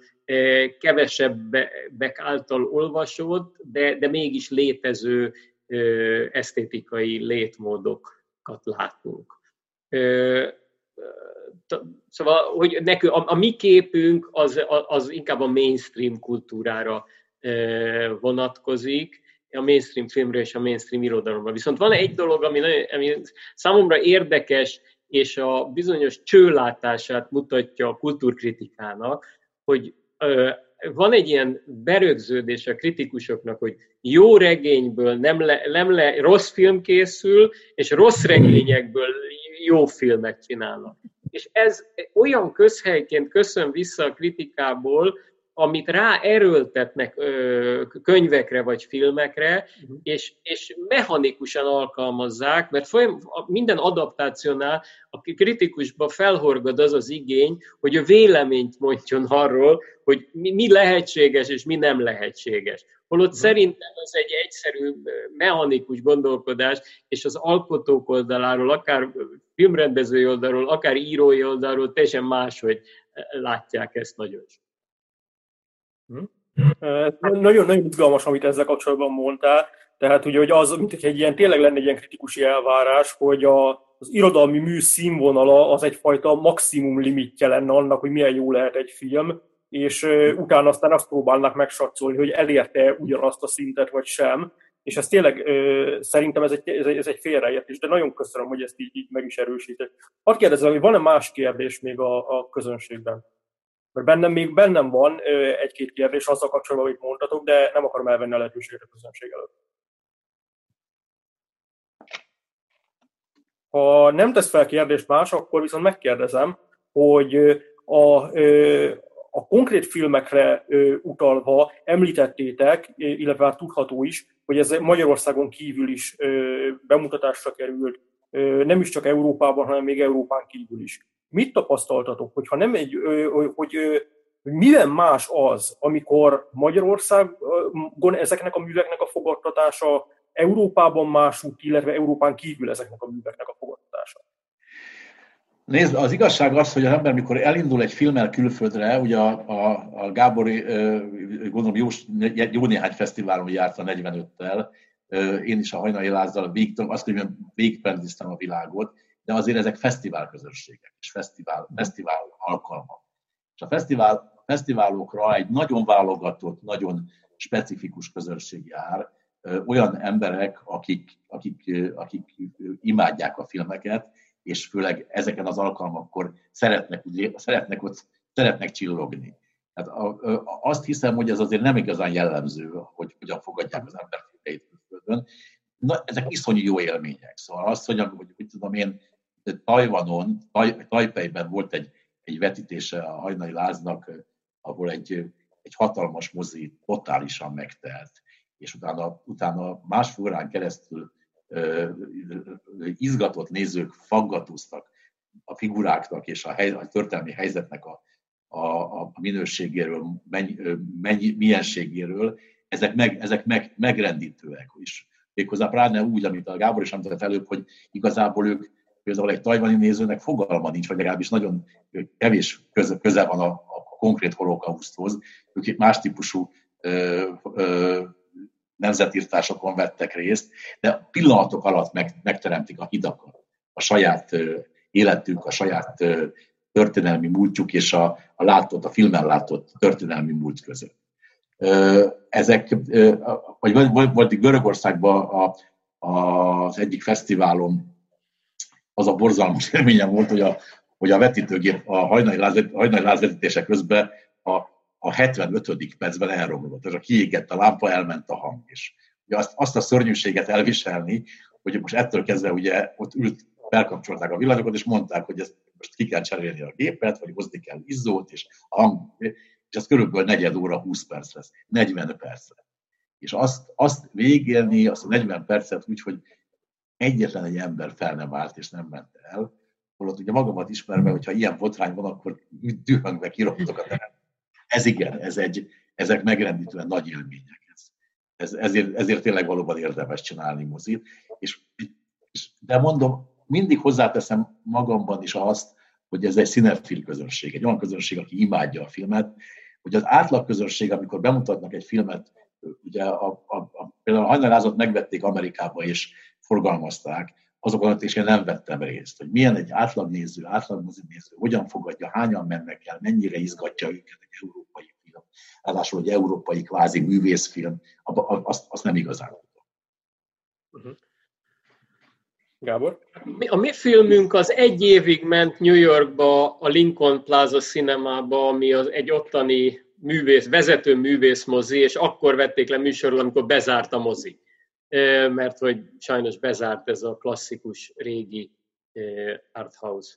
S4: kevesebbek által olvasott, de, de mégis létező esztétikai létmódokat látunk. Szóval, hogy nekünk, a, a mi képünk az, az inkább a mainstream kultúrára vonatkozik, a mainstream filmre és a mainstream irodalomra. Viszont van egy dolog, ami, ami számomra érdekes, és a bizonyos csőlátását mutatja a kultúrkritikának, hogy ö, van egy ilyen berögződés a kritikusoknak, hogy jó regényből nem le, nem le, rossz film készül, és rossz regényekből jó filmet csinálnak. És ez olyan közhelyként köszön vissza a kritikából, amit rá erőltetnek ö, könyvekre vagy filmekre, uh-huh. és, és mechanikusan alkalmazzák, mert folyam, minden adaptációnál a kritikusba felhorgad az az igény, hogy a véleményt mondjon arról, hogy mi, mi lehetséges és mi nem lehetséges. Holott uh-huh. szerintem ez egy egyszerű mechanikus gondolkodás, és az alkotók oldaláról, akár filmrendezői oldalról, akár írói oldalról teljesen máshogy látják ezt nagyon sok.
S2: Nagyon-nagyon izgalmas, amit ezzel kapcsolatban mondtál. Tehát ugye, hogy az, mint hogy egy ilyen, tényleg lenne egy ilyen kritikusi elvárás, hogy a, az irodalmi mű színvonala az egyfajta maximum limitje lenne annak, hogy milyen jó lehet egy film, és uh, utána aztán azt próbálnak megsatszolni, hogy elérte ugyanazt a szintet, vagy sem. És ez tényleg szerintem ez egy, ez egy, ez egy félreértés, de nagyon köszönöm, hogy ezt így, így meg is erősített. Hadd kérdezem, hogy van-e más kérdés még a, a közönségben? Mert bennem még bennem van egy-két kérdés azzal kapcsolatban, amit mondtatok, de nem akarom elvenni a lehetőséget a közönség előtt. Ha nem tesz fel kérdést más, akkor viszont megkérdezem, hogy a, a konkrét filmekre utalva említettétek, illetve már tudható is, hogy ez Magyarországon kívül is bemutatásra került, nem is csak Európában, hanem még Európán kívül is. Mit tapasztaltatok, hogyha nem egy, hogy, hogy milyen más az, amikor Magyarországon ezeknek a műveknek a fogadtatása, Európában másút, illetve Európán kívül ezeknek a műveknek a fogadtatása?
S3: Nézd, az igazság az, hogy az ember, mikor elindul egy filmmel külföldre, ugye a, a, a Gábor, gondolom, jó, jó néhány fesztiválon járt a negyvenöttel, én is a Hajnali Lázzal végig, azt mondom, végigpendiztem a világot, de azért ezek fesztivál közösségek és fesztivál, fesztivál alkalmak. És a fesztivál, fesztiválokra egy nagyon válogatott, nagyon specifikus közösség jár, olyan emberek, akik, akik, akik imádják a filmeket, és főleg ezeken az alkalmakkor szeretnek, szeretnek, ott, szeretnek csillogni. Hát azt hiszem, hogy ez azért nem igazán jellemző, hogy hogyan fogadják az ember filmjeit külföldön. Na, ezek iszonyú jó élmények. Szóval azt, hogy, hogy, hogy tudom én, Tajvanon, Taj, Tajpejben volt egy, egy vetítése a Hajnali Láznak, ahol egy, egy hatalmas mozi totálisan megtelt, és utána, utána másfél órán keresztül ö, izgatott nézők faggatóztak a figuráknak és a, hely, a történelmi helyzetnek a, a, a minőségéről, menny, menny, mienségéről, ezek, meg, ezek meg, megrendítőek is. Méghozzá pláne úgy, amit a Gábor is említett előbb, hogy igazából ők, például egy tajvani nézőnek fogalma nincs, vagy legalábbis nagyon kevés köze, köze van a, a konkrét holokauszthoz. Ők más típusú ö, ö, nemzetírtásokon vettek részt, de pillanatok alatt meg, megteremtik a hidakat, a saját ö, életük, a saját ö, történelmi múltjuk és a, a látott, a filmen látott történelmi múlt között. Ö, ezek, ö, vagy, vagy, vagy Görögországban a, a, az egyik fesztiválon az a borzalmas élményem volt, hogy a, hogy a vetítőgép a Hajnali Láz, Hajnali Láz vetítése közben a, a hetvenötödik percben elromlott, és a kiégett a lámpa, elment a hang is. Ugye azt, azt a szörnyűséget elviselni, hogy most ettől kezdve ugye ott ült, felkapcsolták a villanyokat, és mondták, hogy ezt most ki kell cserélni a gépet, vagy hozni kell izzót, és a hang, és ez körülbelül negyed óra, húsz perc lesz, negyven percre. És azt, azt végélni, azt a negyven percet úgy, hogy egyetlen egy ember fel nem állt, és nem ment el. Holott ugye magamat ismerve, hogyha ilyen botrány van, akkor dühöngve kirobtok a terem. Ez igen, ez egy, ezek megrendítően nagy élmények. Ez, ez, ezért, ezért tényleg valóban érdemes csinálni mozit. És, és, de mondom, mindig hozzáteszem magamban is azt, hogy ez egy cinefil közönség, egy olyan közönség, aki imádja a filmet, hogy az átlag közönség, amikor bemutatnak egy filmet, ugye a, a, a, például a Hajnali Lázat megvették Amerikába, és forgalmazták, azokon is én nem vettem részt, hogy milyen egy átlagnéző, átlagmozinéző, hogyan fogadja, hányan mennek el, mennyire izgatja őket egy európai film, ráadásul egy európai kvázi művészfilm, azt, azt nem igazán tudom.
S2: Uh-huh. Gábor?
S4: A mi filmünk az egy évig ment New Yorkba, a Lincoln Plaza Cinemába, ami az egy ottani művész, vezető művészmozi, és akkor vették le műsorról, amikor bezárt a mozi. Mert hogy sajnos bezárt ez a klasszikus, régi arthouse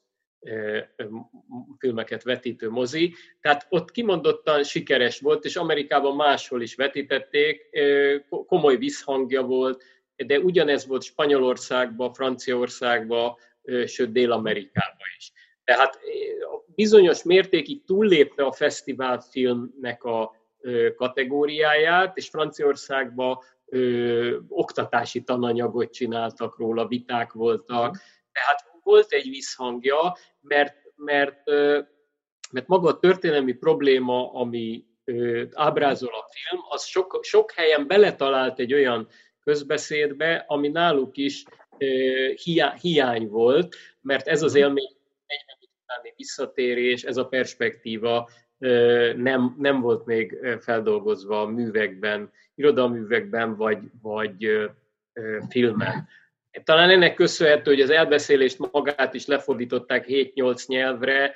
S4: filmeket vetítő mozi. Tehát ott kimondottan sikeres volt, és Amerikában máshol is vetítették, komoly visszhangja volt, de ugyanez volt Spanyolországban, Franciaországban, sőt Dél-Amerikában is. Tehát bizonyos mértékig túllépte a fesztiválfilmnek a kategóriáját, és Franciaországban Ö, oktatási tananyagot csináltak róla, viták voltak. Tehát volt egy visszhangja, mert, mert, ö, mert maga a történelmi probléma, ami ö, ábrázol a film, az sok, sok helyen beletalált egy olyan közbeszédbe, ami náluk is ö, hiá, hiány volt, mert ez az élmény negyven utáni visszatérés, ez a perspektíva nem, nem volt még feldolgozva a művekben, irodalművekben vagy, vagy filmen. Talán ennek köszönhető, hogy az elbeszélést magát is lefordították hét-nyolc nyelvre,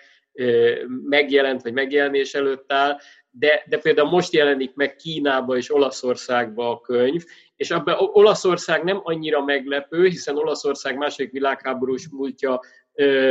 S4: megjelent vagy megjelenés előtt áll, de, de például most jelenik meg Kínába és Olaszországba a könyv, és abban Olaszország nem annyira meglepő, hiszen Olaszország második világháborús múltja ö,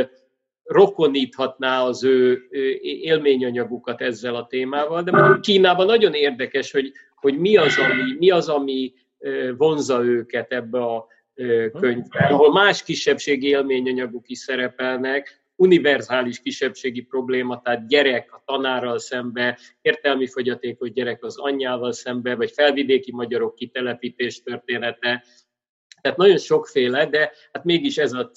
S4: rokoníthatná az ő élményanyagukat ezzel a témával, de mondjuk Kínában nagyon érdekes, hogy, hogy mi az, ami, mi az, ami vonza őket ebbe a könyvben, ahol más kisebbségi élményanyagok is szerepelnek, univerzális kisebbségi probléma, tehát gyerek a tanárral szembe, értelmi fogyatékos gyerek az anyjával szembe, vagy felvidéki magyarok kitelepítés története. Tehát nagyon sokféle, de hát mégis ez a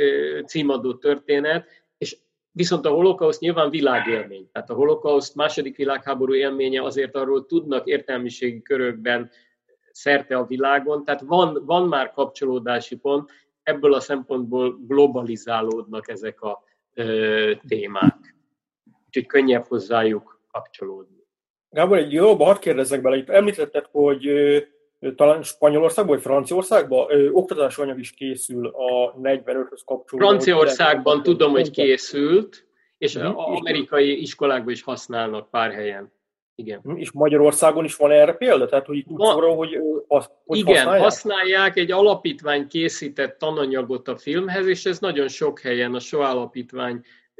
S4: címadó történet, és viszont a holokauszt nyilván világélmény. Tehát a holokauszt második világháború élménye, azért arról tudnak értelmiségi körökben szerte a világon, tehát van, van már kapcsolódási pont, ebből a szempontból globalizálódnak ezek a ö, témák. Úgyhogy könnyebb hozzájuk kapcsolódni.
S2: Gábor, egy jó, hadd kérdezzek bele. Itt említetted, hogy ö, talán Spanyolországban vagy Franciaországban ö, oktatási anyag is készül a negyvenöthöz kapcsolódó.
S4: Franciaországban tudom, hogy készült, és az amerikai iskolákban is használnak pár helyen. Igen.
S2: És Magyarországon is van erre példa? Tehát, hogy tudsz arról, hogy, hogy
S4: igen,
S2: használják?
S4: használják. Egy alapítvány készített tananyagot a filmhez, és ez nagyon sok helyen a SOA alapítvány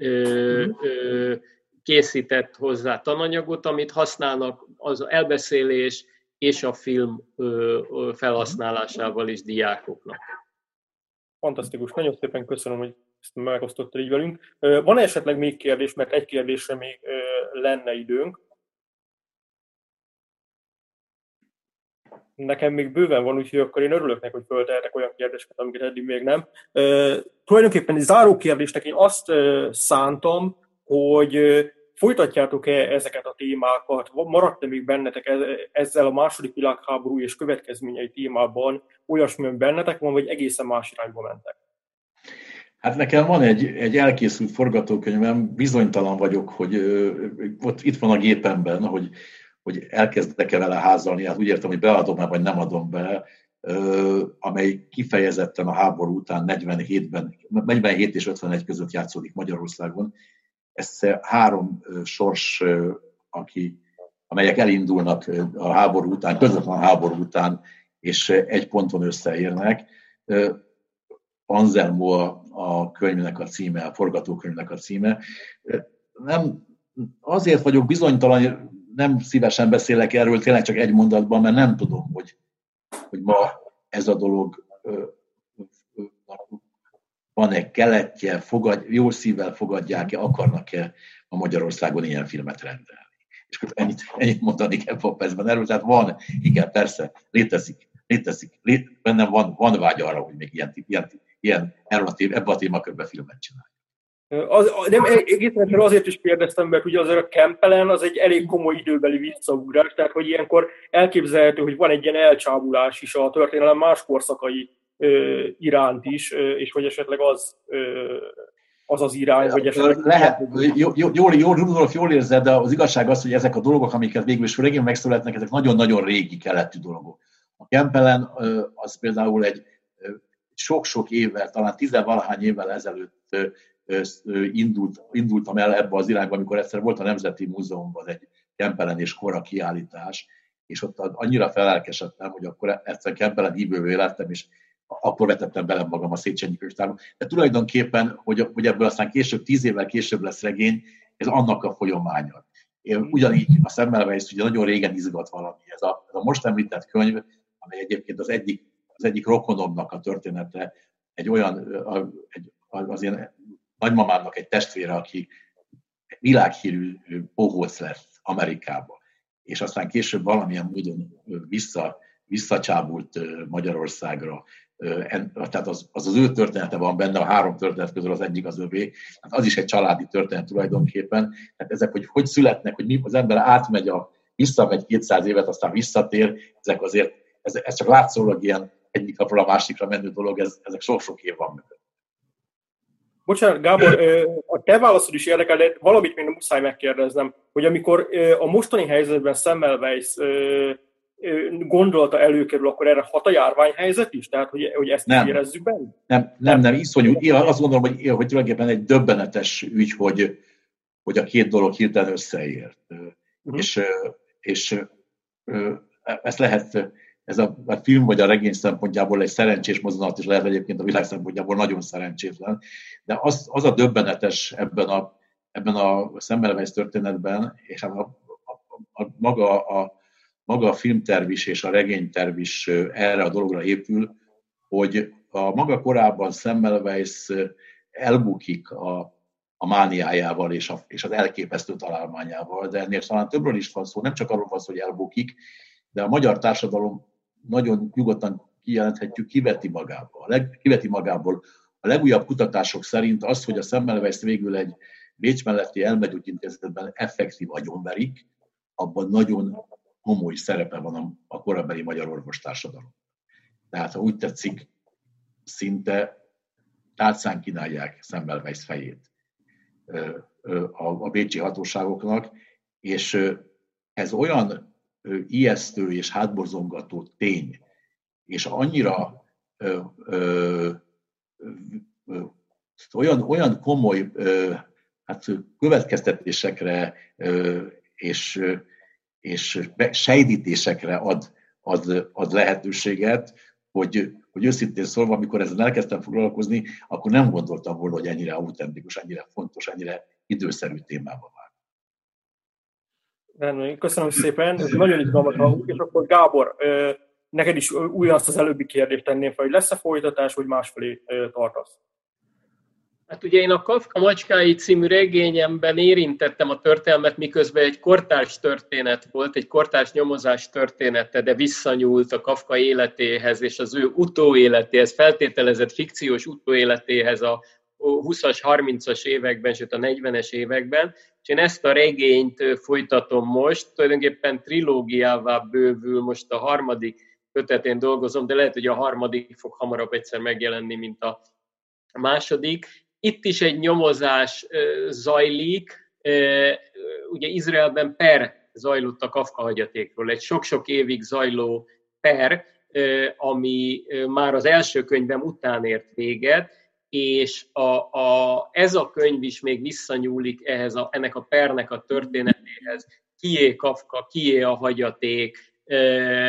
S4: ö, ö, készített hozzá tananyagot, amit használnak az elbeszélés és a film ö, ö, felhasználásával is diákoknak.
S2: Fantasztikus. Nagyon szépen köszönöm, hogy ezt megosztottad így velünk. Van esetleg még kérdés, mert egy kérdésre még lenne időnk. Nekem még bőven van, úgyhogy akkor én örülök neki, hogy föltehetek olyan kérdéseket, amiket eddig még nem. Uh, tulajdonképpen egy záró kérdésnek én azt uh, szántam, hogy uh, folytatjátok-e ezeket a témákat, maradt-e még bennetek ezzel a második világháború és következményei témában olyasmi, ami bennetek van, vagy egészen más irányba mentek?
S3: Hát nekem van egy, egy elkészült forgatókönyvem, bizonytalan vagyok, hogy uh, ott itt van a gépemben, hogy hogy elkezdek-e vele házalni, hát úgy értem, hogy beadom-e, vagy nem adom be, amely kifejezetten a háború után negyvenhétben, negyvenhét és ötvenegy között játszódik Magyarországon. Ez három sors, aki, amelyek elindulnak a háború után, közvetlen a háború után, és egy ponton összeérnek. Anselmo a, a könyvnek a címe, a forgatókönyvnek a címe. Nem, azért vagyok bizonytalan, nem szívesen beszélek erről, tényleg csak egy mondatban, mert nem tudom, hogy, hogy ma ez a dolog van-e keletje, fogad, jó szívvel fogadják-e, akarnak-e a Magyarországon ilyen filmet rendelni. És ennyit, ennyit mondanék ebben a percben erről, tehát van, igen, persze, létezik, létezik, lét, bennem van, van vágy arra, hogy még ilyen, ilyen, ilyen ebben a témakörben filmet csinálják.
S2: Az, nem, egészen azért is kérdeztem, mert ugye azért a Kempelen az egy elég komoly időbeli visszaugrás, tehát hogy ilyenkor elképzelhető, hogy van egy ilyen elcsábulás is a történelem más korszakai ö, iránt is, ö, és hogy esetleg az ö, az, az irány, hogy esetleg...
S3: Lehet, jól, jól, jól, Rudolf, jól érzed, de az igazság az, hogy ezek a dolgok, amiket végül is régén megszületnek, ezek nagyon-nagyon régi keletű dolgok. A Kempelen az például egy sok-sok évvel, talán tizenvalahány évvel ezelőtt Indult, indultam el ebbe az irányba, amikor egyszer volt a Nemzeti Múzeumban egy Kempelen és kora kiállítás, és ott annyira felelkesedtem, hogy akkor egyszer Kempelen hívővé lettem, és akkor vetettem bele magam a Széchenyi könyvtárba. De tulajdonképpen, hogy, hogy ebből aztán később, tíz évvel később lesz regény, ez annak a folyamánya. Én ugyanígy a Semmelweis ugye nagyon régen izgat valami. Ez a, ez a most említett könyv, amely egyébként az egyik, az egyik rokonomnak a története, egy olyan, egy, az ilyen nagymamámnak egy testvére, aki világhírű bohóc lett Amerikába, és aztán később valamilyen módon vissza, visszacsábult Magyarországra. Tehát az, az az ő története van benne, a három történet közül az egyik az övé. Hát az is egy családi történet tulajdonképpen. Tehát ezek, hogy hogy születnek, hogy mi, az ember átmegy, a, visszamegy kétszáz évet, aztán visszatér, ezek azért, ez, ez csak látszólag ilyen egyik napról a másikra menő dolog, ez, ezek sok-sok év van mögött.
S2: Bocsánat, Gábor, a te válaszod is érdekel, de valamit még muszáj megkérdeznem, hogy amikor a mostani helyzetben Semmelweis gondolata előkerül, akkor erre hat a járványhelyzet is? Tehát, hogy, hogy ezt nem. érezzük benne?
S3: Nem, nem, nem, iszonyú. Én azt gondolom, hogy, hogy tulajdonképpen egy döbbenetes ügy, hogy, hogy a két dolog hirtelen összeért. Uh-huh. És, és ezt lehet, ez a, a film vagy a regény szempontjából egy szerencsés mozzanat, és lehet egyébként a világ szempontjából nagyon szerencsétlen, de az, az a döbbenetes ebben a, ebben a Semmelweis történetben, és a, a, a, a, maga, a, maga a filmterv is és a regényterv is erre a dologra épül, hogy a maga korában Semmelweis elbukik a, a mániájával és, a, és az elképesztő találmányával, de ennél talán többről is van szó, nem csak arról van szó, hogy elbukik, de a magyar társadalom nagyon nyugodtan kijelenthetjük, kiveti magából. A leg, kiveti magából. A legújabb kutatások szerint az, hogy a Semmelweis végül egy Bécs melletti elmegyógyintézetben effektív agyonverik, abban nagyon komoly szerepe van a, a korabeli magyar orvostársadalom. Tehát, ha úgy tetszik, szinte tálcán kínálják Semmelweis fejét a, a bécsi hatóságoknak, és ez olyan ijesztő és hátborzongató tény, és annyira ö, ö, ö, olyan, olyan komoly ö, hát, következtetésekre ö, és, és sejtítésekre ad, ad, ad lehetőséget, hogy, hogy őszintén szólva, amikor ezzel elkezdtem foglalkozni, akkor nem gondoltam volna, hogy ennyire autentikus, ennyire fontos, ennyire időszerű témában van.
S2: Köszönöm szépen, ez nagyon izgalmas, és akkor Gábor, neked is ugyanazt az előbbi kérdést tenném fel, hogy lesz-e folytatás, vagy másfelé tartasz?
S4: Hát ugye én a Kafka Macskái című regényemben érintettem a történelmet, miközben egy kortárs történet volt, egy kortárs nyomozás története, de visszanyúlt a Kafka életéhez és az ő utóéletéhez, feltételezett fikciós utóéletéhez a húszas, harmincas években, sőt a negyvenes években, és én ezt a regényt folytatom most, tulajdonképpen trilógiává bővül, most a harmadik kötetén dolgozom, de lehet, hogy a harmadik fog hamarabb egyszer megjelenni, mint a második. Itt is egy nyomozás zajlik, ugye Izraelben per zajlott a Kafka hagyatékról, egy sok-sok évig zajló per, ami már az első könyvem után ért véget, és a, a, ez a könyv is még visszanyúlik ehhez a, ennek a pernek a történetéhez. Kié Kafka, kié a hagyaték, e,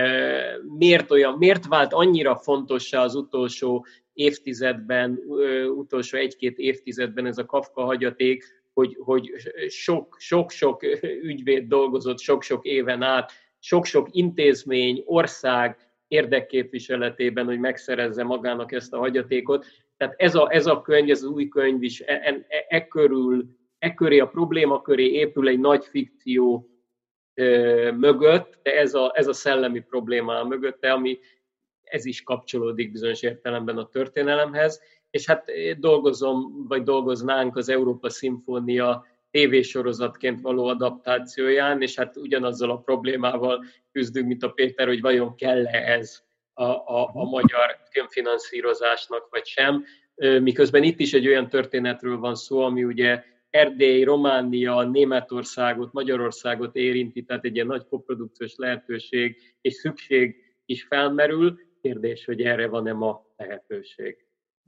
S4: miért, olyan, miért vált annyira fontossá az utolsó évtizedben, utolsó egy-két évtizedben ez a Kafka hagyaték, hogy, hogy sok-sok ügyvéd dolgozott sok-sok éven át, sok-sok intézmény, ország érdekképviseletében, hogy megszerezze magának ezt a hagyatékot. Tehát ez a, ez a könyv, ez az új könyv is e, e, e, körül, e köré a probléma köré épül egy nagy fikció e, mögött, de ez a, ez a szellemi probléma mögötte, ami ez is kapcsolódik bizonyos értelemben a történelemhez, és hát dolgozom, vagy dolgoznánk az Európa Szimfónia tévésorozatként való adaptációján, és hát ugyanazzal a problémával küzdünk, mint a Péter, hogy vajon kell-e ez a, a, a magyar filmfinanszírozásnak, vagy sem. Miközben itt is egy olyan történetről van szó, ami ugye Erdély, Románia, Németországot, Magyarországot érinti, tehát egy ilyen nagy koprodukciós lehetőség és szükség is felmerül. Kérdés, hogy erre van-e ma lehetőség.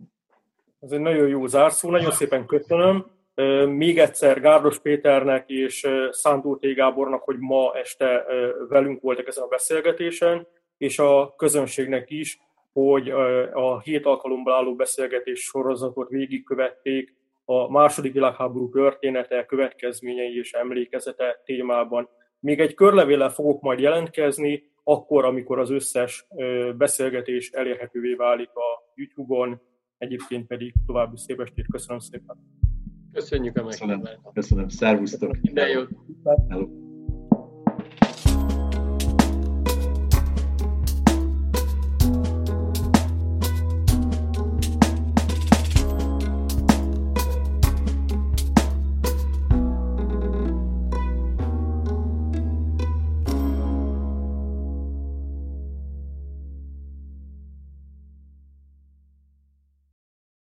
S2: Ez egy nagyon jó zárszó, nagyon szépen köszönöm. Még egyszer Gárdos Péternek és Szántó T. Gábornak, hogy ma este velünk voltak ezen a beszélgetésen, és a közönségnek is, hogy a hét alkalomból álló beszélgetés sorozatot végigkövették a második világháború története, következményei és emlékezete témában. Még egy körlevéllel fogok majd jelentkezni, akkor, amikor az összes beszélgetés elérhetővé válik a YouTube-on, egyébként pedig további szép estét. Köszönöm szépen!
S4: Köszönjük a meghívást!
S3: Köszönöm, köszönöm. Szervusztok!
S4: Minden jót!
S3: Hello.